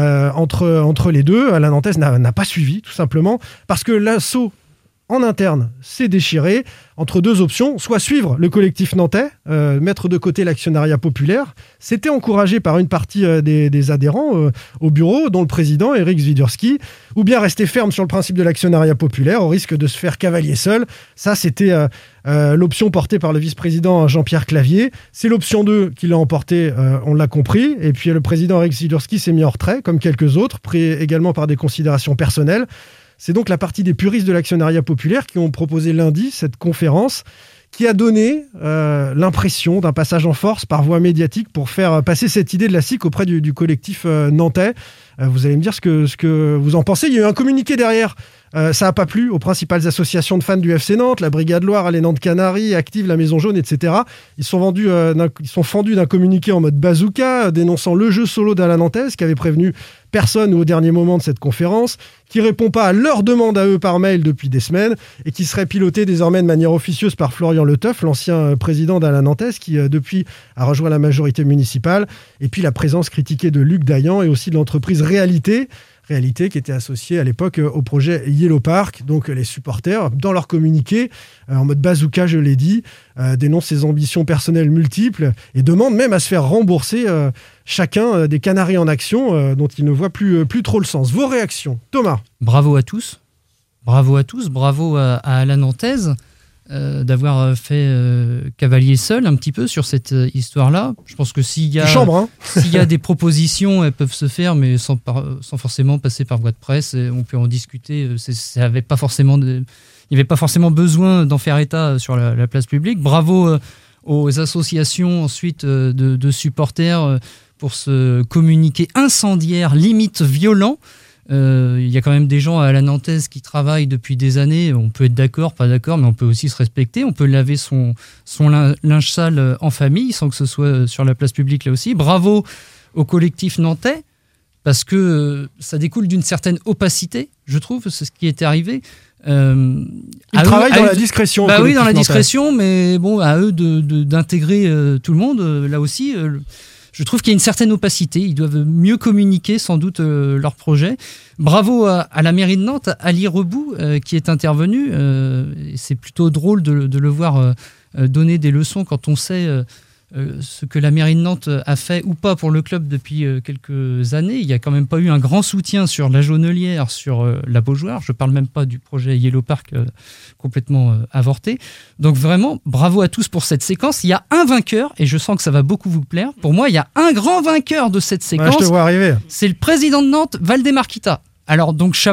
entre les deux. Ala Nantaise n'a pas suivi, tout simplement, parce que l'assaut en interne s'est déchiré entre deux options, soit suivre le collectif nantais, mettre de côté l'actionnariat populaire. C'était encouragé par une partie des adhérents au bureau, dont le président Eric Zwiderski, ou bien rester ferme sur le principe de l'actionnariat populaire au risque de se faire cavalier seul. Ça, c'était l'option portée par le vice-président Jean-Pierre Clavier. C'est l'option 2 qui l'a emporté, on l'a compris. Et puis le président Eric Zwiderski s'est mis en retrait, comme quelques autres, pris également par des considérations personnelles. C'est donc la partie des puristes de l'actionnariat populaire qui ont proposé lundi cette conférence qui a donné l'impression d'un passage en force par voie médiatique pour faire passer cette idée de la SIC auprès du collectif nantais. Vous allez me dire ce que vous en pensez. Il y a eu un communiqué derrière. Ça n'a pas plu aux principales associations de fans du FC Nantes, la Brigade Loire, les Nantes Canaries, Active, la Maison Jaune, etc. Ils sont fendus d'un communiqué en mode bazooka, dénonçant le jeu solo d'Ala Nantaise, qui avait prévenu personne au dernier moment de cette conférence, qui répond pas à leurs demandes à eux par mail depuis des semaines, et qui serait piloté désormais de manière officieuse par Florian Leteuf, l'ancien président d'Ala Nantaise, qui depuis a rejoint la majorité municipale, et puis la présence critiquée de Luc Dayan et aussi de l'entreprise Réalité qui était associée à l'époque au projet Yellow Park. Donc les supporters, dans leur communiqué, en mode bazooka, je l'ai dit, dénoncent ses ambitions personnelles multiples et demandent même à se faire rembourser chacun des Canaries en action dont ils ne voient plus trop le sens. Vos réactions, Thomas ? Bravo à tous, bravo à Ala Nantaise d'avoir fait cavalier seul un petit peu sur cette histoire-là. Je pense que s'il y a des propositions, elles peuvent se faire, mais sans forcément passer par voie de presse. On peut en discuter. Il n'y avait pas forcément besoin d'en faire état sur la place publique. Bravo aux associations ensuite de supporters pour ce communiqué incendiaire, limite violent. Il y a quand même des gens à la Nantaise qui travaillent depuis des années. On peut être d'accord, pas d'accord, mais on peut aussi se respecter. On peut laver son linge sale en famille sans que ce soit sur la place publique là aussi. Bravo au collectif nantais, parce que ça découle d'une certaine opacité, je trouve, c'est ce qui est arrivé. Ils travaillent dans la discrétion. Bah oui, dans la discrétion, mais bon, à eux d'intégrer tout le monde, là aussi. Je trouve qu'il y a une certaine opacité. Ils doivent mieux communiquer sans doute leur projet. Bravo à la mairie de Nantes, Ali Rebout, qui est intervenu. C'est plutôt drôle de le voir donner des leçons quand on sait ce que la mairie de Nantes a fait ou pas pour le club depuis quelques années. Il n'y a quand même pas eu un grand soutien sur la Jaunelière, sur la Beaujoire. Je ne parle même pas du projet Yellow Park complètement avorté. Donc vraiment, bravo à tous pour cette séquence. Il y a un vainqueur, et je sens que ça va beaucoup vous plaire. Pour moi, il y a un grand vainqueur de cette séquence. Ouais, je te vois arriver. C'est le président de Nantes, Valdemar Kita. Alors donc chapeau,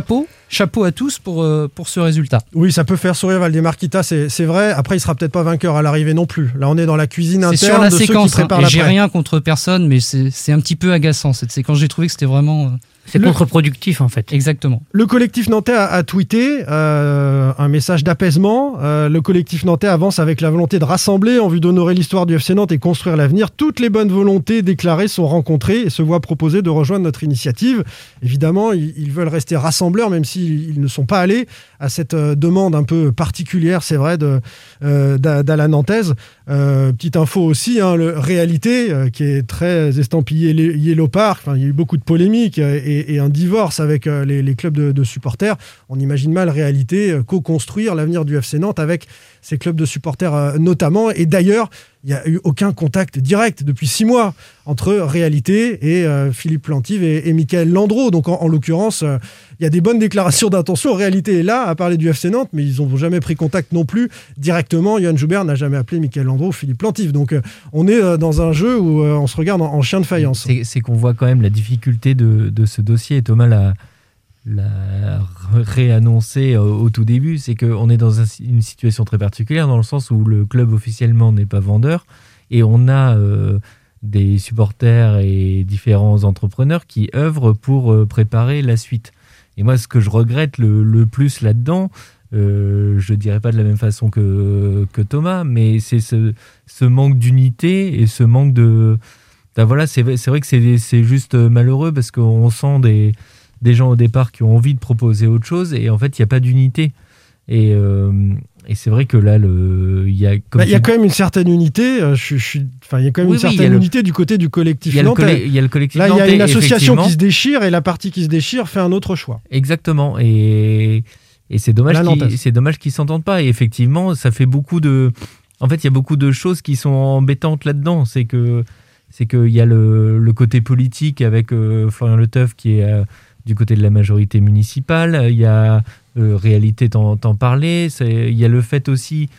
chapeau à tous pour ce résultat. Oui, ça peut faire sourire Valdemarquita, c'est vrai. Après, il sera peut-être pas vainqueur à l'arrivée non plus. Là, on est dans la cuisine interne sur la de séquence, ceux qui préparent et j'ai l'après. rien contre personne, mais c'est un petit peu agaçant cette séquence. J'ai trouvé que c'était vraiment... C'est contre-productif, en fait. Exactement. Le collectif nantais a tweeté un message d'apaisement. Le collectif nantais avance avec la volonté de rassembler en vue d'honorer l'histoire du FC Nantes et construire l'avenir. Toutes les bonnes volontés déclarées sont rencontrées et se voient proposer de rejoindre notre initiative. Évidemment, ils veulent rester rassembleurs, même s'ils ne sont pas allés à cette demande un peu particulière, c'est vrai, d'Ala Nantaise. Petite info aussi, Réalité, qui est très estampillé Yellow Park. Enfin, il y a eu beaucoup de polémiques et un divorce avec les clubs de supporters. On imagine mal Réalité co-construire l'avenir du FC Nantes avec ces clubs de supporters notamment. Et d'ailleurs, il n'y a eu aucun contact direct depuis 6 mois entre Réalité et Philippe Plantive et Michael Landreau. Donc en l'occurrence, il y a des bonnes déclarations d'intention. Réalité est là à parler du FC Nantes, mais ils n'ont jamais pris contact non plus directement. Johan Joubert n'a jamais appelé Michael Landreau ou Philippe Plantive. Donc on est dans un jeu où on se regarde en chien de faïence. C'est qu'on voit quand même la difficulté de ce dossier. Et Thomas l'a réannoncé au tout début, c'est qu'on est dans une situation très particulière dans le sens où le club officiellement n'est pas vendeur et on a des supporters et différents entrepreneurs qui œuvrent pour préparer la suite. Et moi, ce que je regrette le plus là-dedans, je dirais pas de la même façon que Thomas, mais c'est ce manque d'unité et ce manque de... voilà, c'est vrai que c'est juste malheureux parce qu'on sent des gens au départ qui ont envie de proposer autre chose et en fait il n'y a pas d'unité et c'est vrai que là il y a quand même une certaine unité. Il y a quand même une certaine unité du côté du collectif nantais. Il y a le collectif là nantais, il y a une association qui se déchire et la partie qui se déchire fait un autre choix. Exactement, et c'est dommage qu'ils s'entendent pas. Et effectivement, ça fait beaucoup de... En fait, il y a beaucoup de choses qui sont embêtantes là-dedans. C'est qu'il y a le côté politique avec Florian Leteuf qui est du côté de la majorité municipale. Il y a Réalité t'en parler. Il y a le fait aussi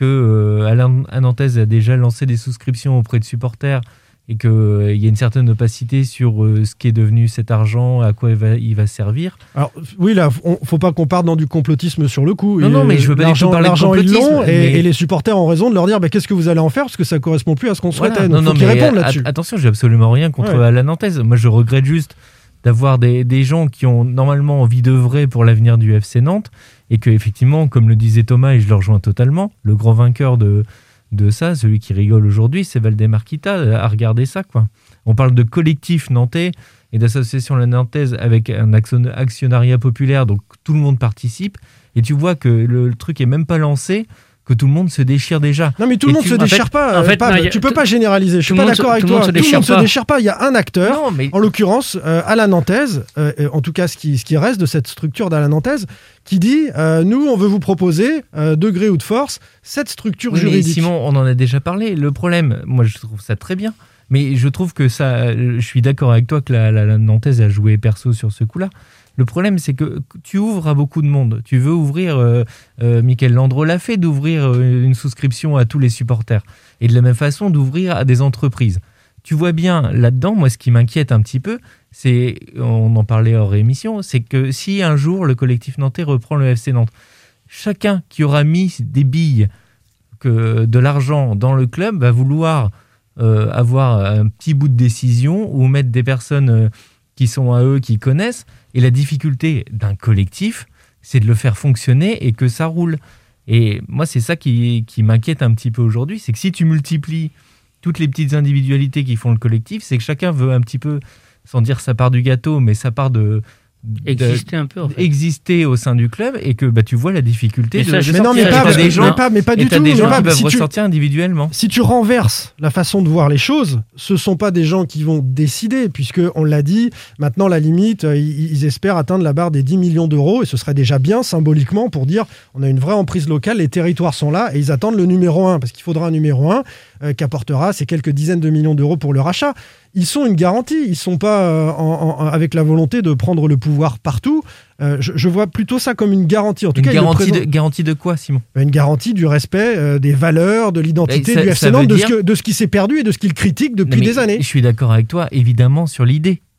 que Alain Nantaise a déjà lancé des souscriptions auprès de supporters et qu'il y a une certaine opacité sur ce qui est devenu cet argent, à quoi il va servir. Alors oui, là, faut pas qu'on parte dans du complotisme sur le coup. Non, mais je veux pas du tout parler de complotisme. Ils l'ont, et les supporters ont raison de leur dire qu'est-ce que vous allez en faire, parce que ça correspond plus à ce qu'on souhaitait. Voilà. Donc faut qu'ils répondent là-dessus. Attention, j'ai absolument rien contre Alain Nantaise. Moi, je regrette juste d'avoir des gens qui ont normalement envie d'œuvrer pour l'avenir du FC Nantes et que, effectivement, comme le disait Thomas, et je le rejoins totalement, le grand vainqueur de ça, celui qui rigole aujourd'hui, c'est Valdemarquita, à regarder ça, quoi. On parle de collectif nantais et d'association la nantaise avec un actionnariat populaire, donc tout le monde participe, et tu vois que le truc est même pas lancé, que tout le monde se déchire déjà. Non, mais tout le monde se déchire pas. Tu peux pas généraliser. Je suis pas d'accord avec toi. Tout le monde se déchire pas. Il y a un acteur, en l'occurrence, Alain Nantaise, en tout cas ce qui reste de cette structure d'Alain Nantaise, qui dit nous, on veut vous proposer, de gré ou de force, cette structure juridique. Simon, on en a déjà parlé. Le problème, moi, je trouve ça très bien, mais je trouve que ça. Je suis d'accord avec toi que la Nantaise a joué perso sur ce coup-là. Le problème, c'est que tu ouvres à beaucoup de monde. Tu veux ouvrir, Michael Landreau l'a fait, d'ouvrir une souscription à tous les supporters. Et de la même façon, d'ouvrir à des entreprises. Tu vois bien, là-dedans, moi, ce qui m'inquiète un petit peu, c'est, on en parlait hors émission, c'est que si un jour, le collectif nantais reprend le FC Nantes, chacun qui aura mis des billes, de l'argent dans le club, va vouloir avoir un petit bout de décision ou mettre des personnes... qui sont à eux, qui connaissent. Et la difficulté d'un collectif, c'est de le faire fonctionner et que ça roule. Et moi, c'est ça qui m'inquiète un petit peu aujourd'hui, c'est que si tu multiplies toutes les petites individualités qui font le collectif, c'est que chacun veut un petit peu, sans dire sa part du gâteau, mais sa part exister un peu, en fait. Exister au sein du club et que tu vois la difficulté de sortir. Mais pas du tout. T'as des gens qui peuvent ressortir individuellement. Si tu renverses la façon de voir les choses, ce sont pas des gens qui vont décider, puisque on l'a dit, maintenant la limite, ils espèrent atteindre la barre des 10 millions d'euros et ce serait déjà bien symboliquement pour dire on a une vraie emprise locale, les territoires sont là et ils attendent le numéro 1 parce qu'il faudra un numéro 1 qu'apportera ces quelques dizaines de millions d'euros pour le rachat. Ils sont une garantie, ils ne sont pas avec la volonté de prendre le pouvoir partout. Je vois plutôt ça comme une garantie. En tout cas, garantie de quoi, Simon ? Une garantie du respect des valeurs, de l'identité du FC Nantes, de ce qui s'est perdu et de ce qu'il critique depuis des années. Je suis d'accord avec toi, évidemment, sur l'idée.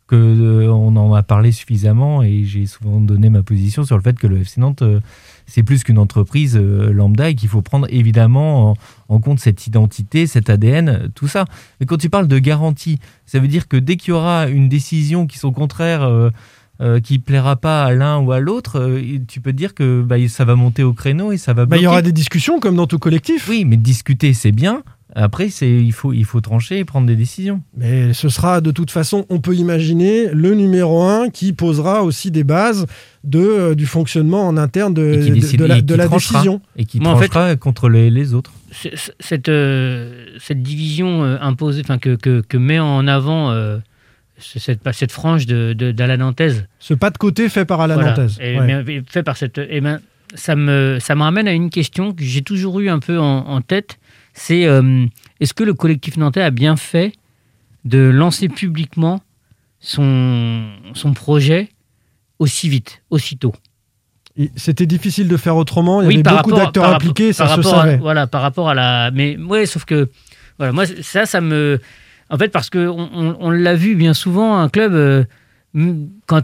on en a parlé suffisamment et j'ai souvent donné ma position sur le fait que le FC Nantes, c'est plus qu'une entreprise lambda et qu'il faut prendre évidemment en compte cette identité, cet ADN, tout ça. Mais quand tu parles de garantie, ça veut dire que dès qu'il y aura une décision qui sont contraires, qui ne plaira pas à l'un ou à l'autre, tu peux te dire que ça va monter au créneau et ça va bloquer. Il y aura des discussions comme dans tout collectif. Oui, mais discuter, c'est bien. Après, il faut trancher et prendre des décisions. Mais ce sera de toute façon, on peut imaginer, le numéro 1 qui posera aussi des bases du fonctionnement en interne de la décision. Et qui tranchera contre les autres. Cette division imposée, que met en avant cette frange d'Ala Nantaise. Ce pas de côté fait par Ala Nantaise. Fait par ça me ramène à une question que j'ai toujours eu un peu en tête. C'est est-ce que le collectif nantais a bien fait de lancer publiquement son projet aussi vite, aussitôt? C'était difficile de faire autrement, il y avait beaucoup d'acteurs impliqués, ça se savait. Par rapport à la... Mais ouais, sauf que, voilà, moi, ça me... En fait, parce qu'on l'a vu bien souvent, un club... quand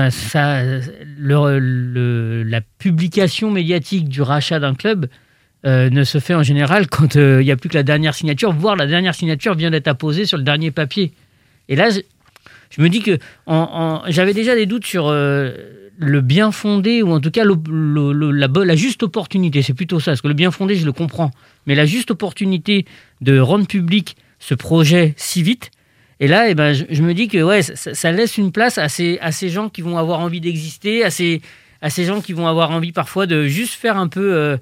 la publication médiatique du rachat d'un club ne se fait en général quand il n'y a plus que la dernière signature, voire la dernière signature vient d'être apposée sur le dernier papier. Et là, je me dis que j'avais déjà des doutes sur le bien fondé, ou en tout cas la juste opportunité, c'est plutôt ça, parce que le bien fondé, je le comprends, mais la juste opportunité de rendre public ce projet si vite. Et là, je me dis que ça laisse une place à ces gens qui vont avoir envie d'exister, à ces gens qui vont avoir envie parfois de juste faire un peu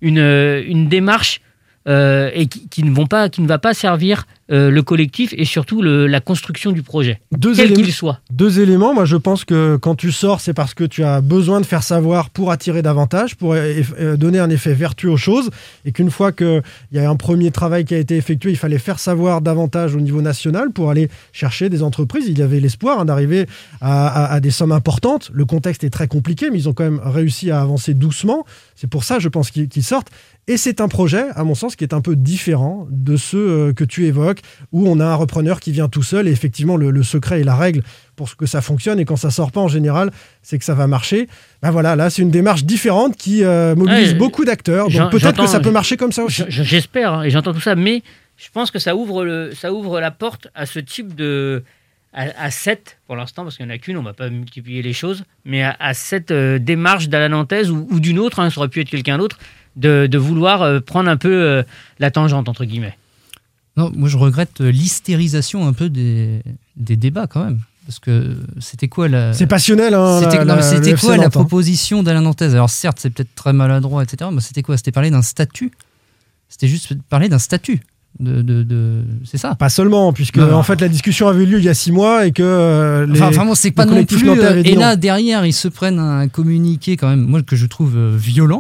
une démarche et qui ne va pas servir le collectif et surtout la construction du projet, quel qu'il soit. 2 éléments. Moi, je pense que quand tu sors, c'est parce que tu as besoin de faire savoir pour attirer davantage, pour donner un effet vertueux aux choses, et qu'une fois qu'il y a un premier travail qui a été effectué, il fallait faire savoir davantage au niveau national pour aller chercher des entreprises. Il y avait l'espoir d'arriver à des sommes importantes. Le contexte est très compliqué, mais ils ont quand même réussi à avancer doucement. C'est pour ça, je pense, qu'ils sortent. Et c'est un projet, à mon sens, qui est un peu différent de ceux que tu évoques, où on a un repreneur qui vient tout seul, et effectivement, le secret et la règle pour que ça fonctionne, et quand ça sort pas, en général, c'est que ça va marcher. Là, c'est une démarche différente qui mobilise beaucoup d'acteurs, donc peut-être que ça peut marcher comme ça aussi. J'espère, et j'entends tout ça, mais je pense que ça ouvre la porte à ce type de... à cette, pour l'instant, parce qu'il n'y en a qu'une, on ne va pas multiplier les choses, mais à cette démarche d'Ala Nantaise ou d'une autre, ça aurait pu être quelqu'un d'autre, de vouloir prendre un peu la tangente, entre guillemets. Non, moi je regrette l'hystérisation un peu des débats quand même. Parce que c'était quoi la... C'est passionnel, hein. C'était quoi la proposition d'Ala Nantaise? Alors certes, c'est peut-être très maladroit, etc. Mais c'était quoi? C'était parler d'un statut. C'était juste parler d'un statut. C'est ça. Pas seulement, puisque en fait la discussion avait eu lieu il y a 6 mois et que c'est pas non plus. Et là derrière, ils se prennent un communiqué quand même, moi que je trouve violent.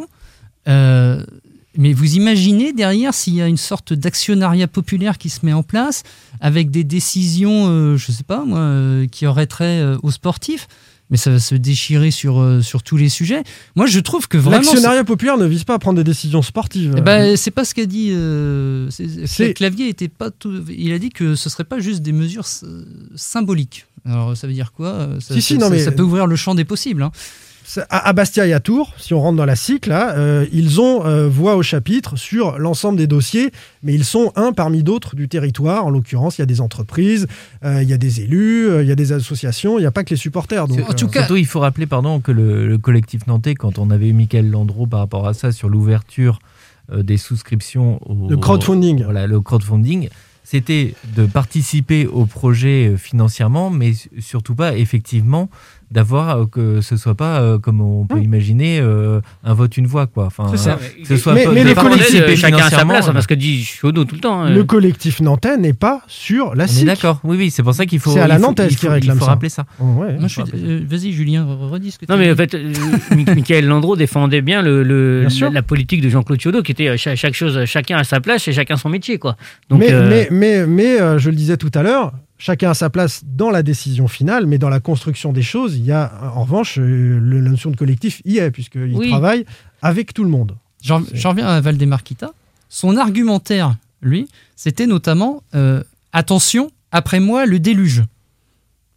Mais vous imaginez derrière s'il y a une sorte d'actionnariat populaire qui se met en place avec des décisions, je sais pas moi, qui auraient trait aux sportifs. Mais ça va se déchirer sur tous les sujets. Moi, je trouve que vraiment... L'actionnariat populaire ne vise pas à prendre des décisions sportives. C'est pas ce qu'a dit... Clavier était pas tout... Il a dit que ce serait pas juste des mesures symboliques. Alors, ça veut dire quoi? Ça peut ouvrir le champ des possibles, hein. À Bastia et à Tours, si on rentre dans la cycle, ils ont voix au chapitre sur l'ensemble des dossiers, mais ils sont un parmi d'autres du territoire. En l'occurrence, il y a des entreprises, il y a des élus, il y a des associations, il n'y a pas que les supporters. Donc, en tout cas, surtout, il faut rappeler que le collectif nantais, quand on avait eu Michael Landreau par rapport à ça, sur l'ouverture des souscriptions le crowdfunding. Le crowdfunding, c'était de participer au projet financièrement, mais surtout pas effectivement d'avoir que ce soit pas comme on peut imaginer un vote une voix quoi. C'est ça. Que ce soit mais le collectif chacun à sa place, parce que dit Chiodo tout le temps. Le collectif nantais n'est pas sur la CIC. D'accord. Oui, c'est pour ça qu'il faut. C'est à la Nantaise qui réclame ça. Il faut rappeler ça. Ouais, vas-y Julien, redis ce que tu dis. Non mais en fait, Michael Landreau défendait bien la politique de Jean-Claude Chiodo, qui était chacun à sa place et chacun son métier quoi. Donc, mais je le disais tout à l'heure. Chacun a sa place dans la décision finale, mais dans la construction des choses, il y a en revanche la notion de collectif y est, puisqu'il travaille avec tout le monde. J'en reviens à Valdemarquita. Son argumentaire, lui, c'était notamment attention, après moi, le déluge.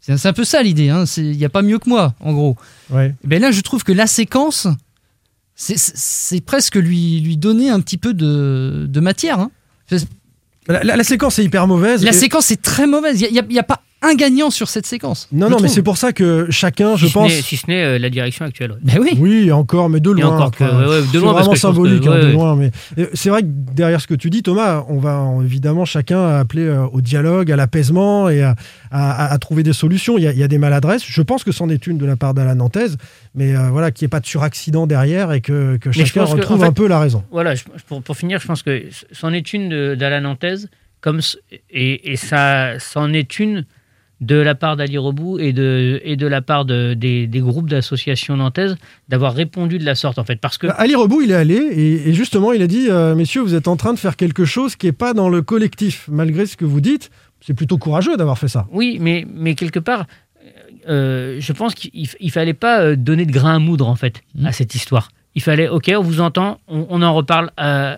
C'est un peu ça l'idée, hein. Il n'y a pas mieux que moi, en gros. Ouais. Et ben là, je trouve que la séquence, c'est presque lui donner un petit peu de matière. Hein. La séquence est hyper mauvaise. La séquence est très mauvaise. Il n'y a pas un gagnant sur cette séquence. Non, mais c'est pour ça que chacun, je pense... Si ce n'est la direction actuelle. Ouais. Ben oui. Oui, encore, mais de loin. Encore que, c'est vraiment symbolique, de loin. Mais c'est vrai que derrière ce que tu dis, Thomas, on va évidemment chacun appeler au dialogue, à l'apaisement et à trouver des solutions. Il y a des maladresses. Je pense que c'en est une de la part d'Alain Nantaise, mais voilà, qu'il n'y ait pas de suraccident derrière et que chacun retrouve un peu la raison. Voilà, pour finir, je pense que c'en est une d'Alain Nantaise, et ça c'en est une de la part d'Ali Rebou et de la part des groupes d'associations nantaises d'avoir répondu de la sorte, en fait. Parce que Ali Rebou, il est allé et justement, il a dit messieurs, vous êtes en train de faire quelque chose qui n'est pas dans le collectif, malgré ce que vous dites. C'est plutôt courageux d'avoir fait ça. Oui, mais quelque part, je pense qu'il ne fallait pas donner de grain à moudre, en fait, à cette histoire. Il fallait, ok, on vous entend, on en reparle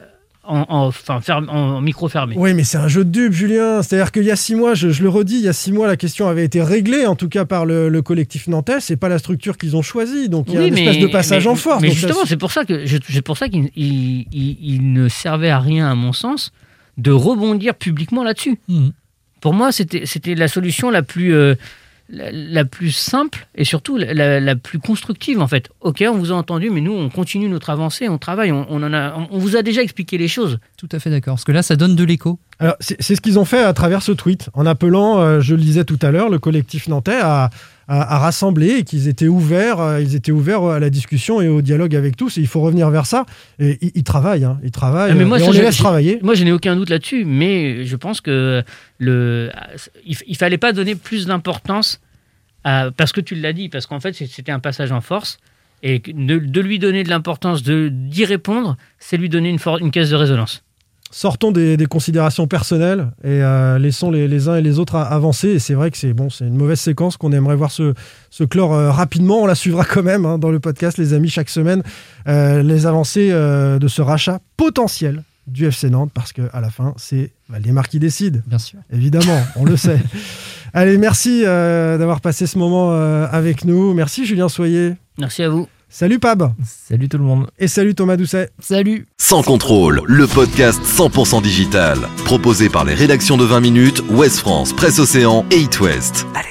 en micro fermé. Oui, mais c'est un jeu de dupes, Julien. C'est-à-dire qu'il y a 6 mois, je le redis, il y a 6 mois, la question avait été réglée, en tout cas par le collectif nantais. C'est pas la structure qu'ils ont choisie. Donc il y a une espèce de passage en force. Mais justement, c'est pour ça qu'il ne servait à rien, à mon sens, de rebondir publiquement là-dessus. Pour moi, c'était la solution la plus simple et surtout la plus constructive, en fait. Ok, on vous a entendu, mais nous, on continue notre avancée, on travaille, on vous a déjà expliqué les choses. Tout à fait d'accord, parce que là, ça donne de l'écho. Alors, c'est ce qu'ils ont fait à travers ce tweet, en appelant, je le disais tout à l'heure, le collectif nantais à rassembler et qu'ils étaient ouverts, à la discussion et au dialogue avec tous. Et il faut revenir vers ça. Et ils travaillent, mais moi, et on les laisse travailler. Moi, je n'ai aucun doute là-dessus, mais je pense que il fallait pas donner plus d'importance parce que tu l'as dit, parce qu'en fait, c'était un passage en force. Et de lui donner de l'importance, d'y répondre, c'est lui donner une caisse de résonance. Sortons des considérations personnelles et laissons les uns et les autres avancer. Et c'est vrai que c'est une mauvaise séquence qu'on aimerait voir se clore rapidement. On la suivra quand même dans le podcast, les amis, chaque semaine. Les avancées de ce rachat potentiel du FC Nantes, parce qu'à la fin, c'est Valdemar qui décide. Bien sûr. Évidemment, on le sait. Allez, merci d'avoir passé ce moment avec nous. Merci Julien Soyer. Merci à vous. Salut Pab. Salut tout le monde. Et salut Thomas Doucet. Salut. Sans contrôle, le podcast 100% digital. Proposé par les rédactions de 20 minutes, Ouest France, Presse Océan et It West. Allez.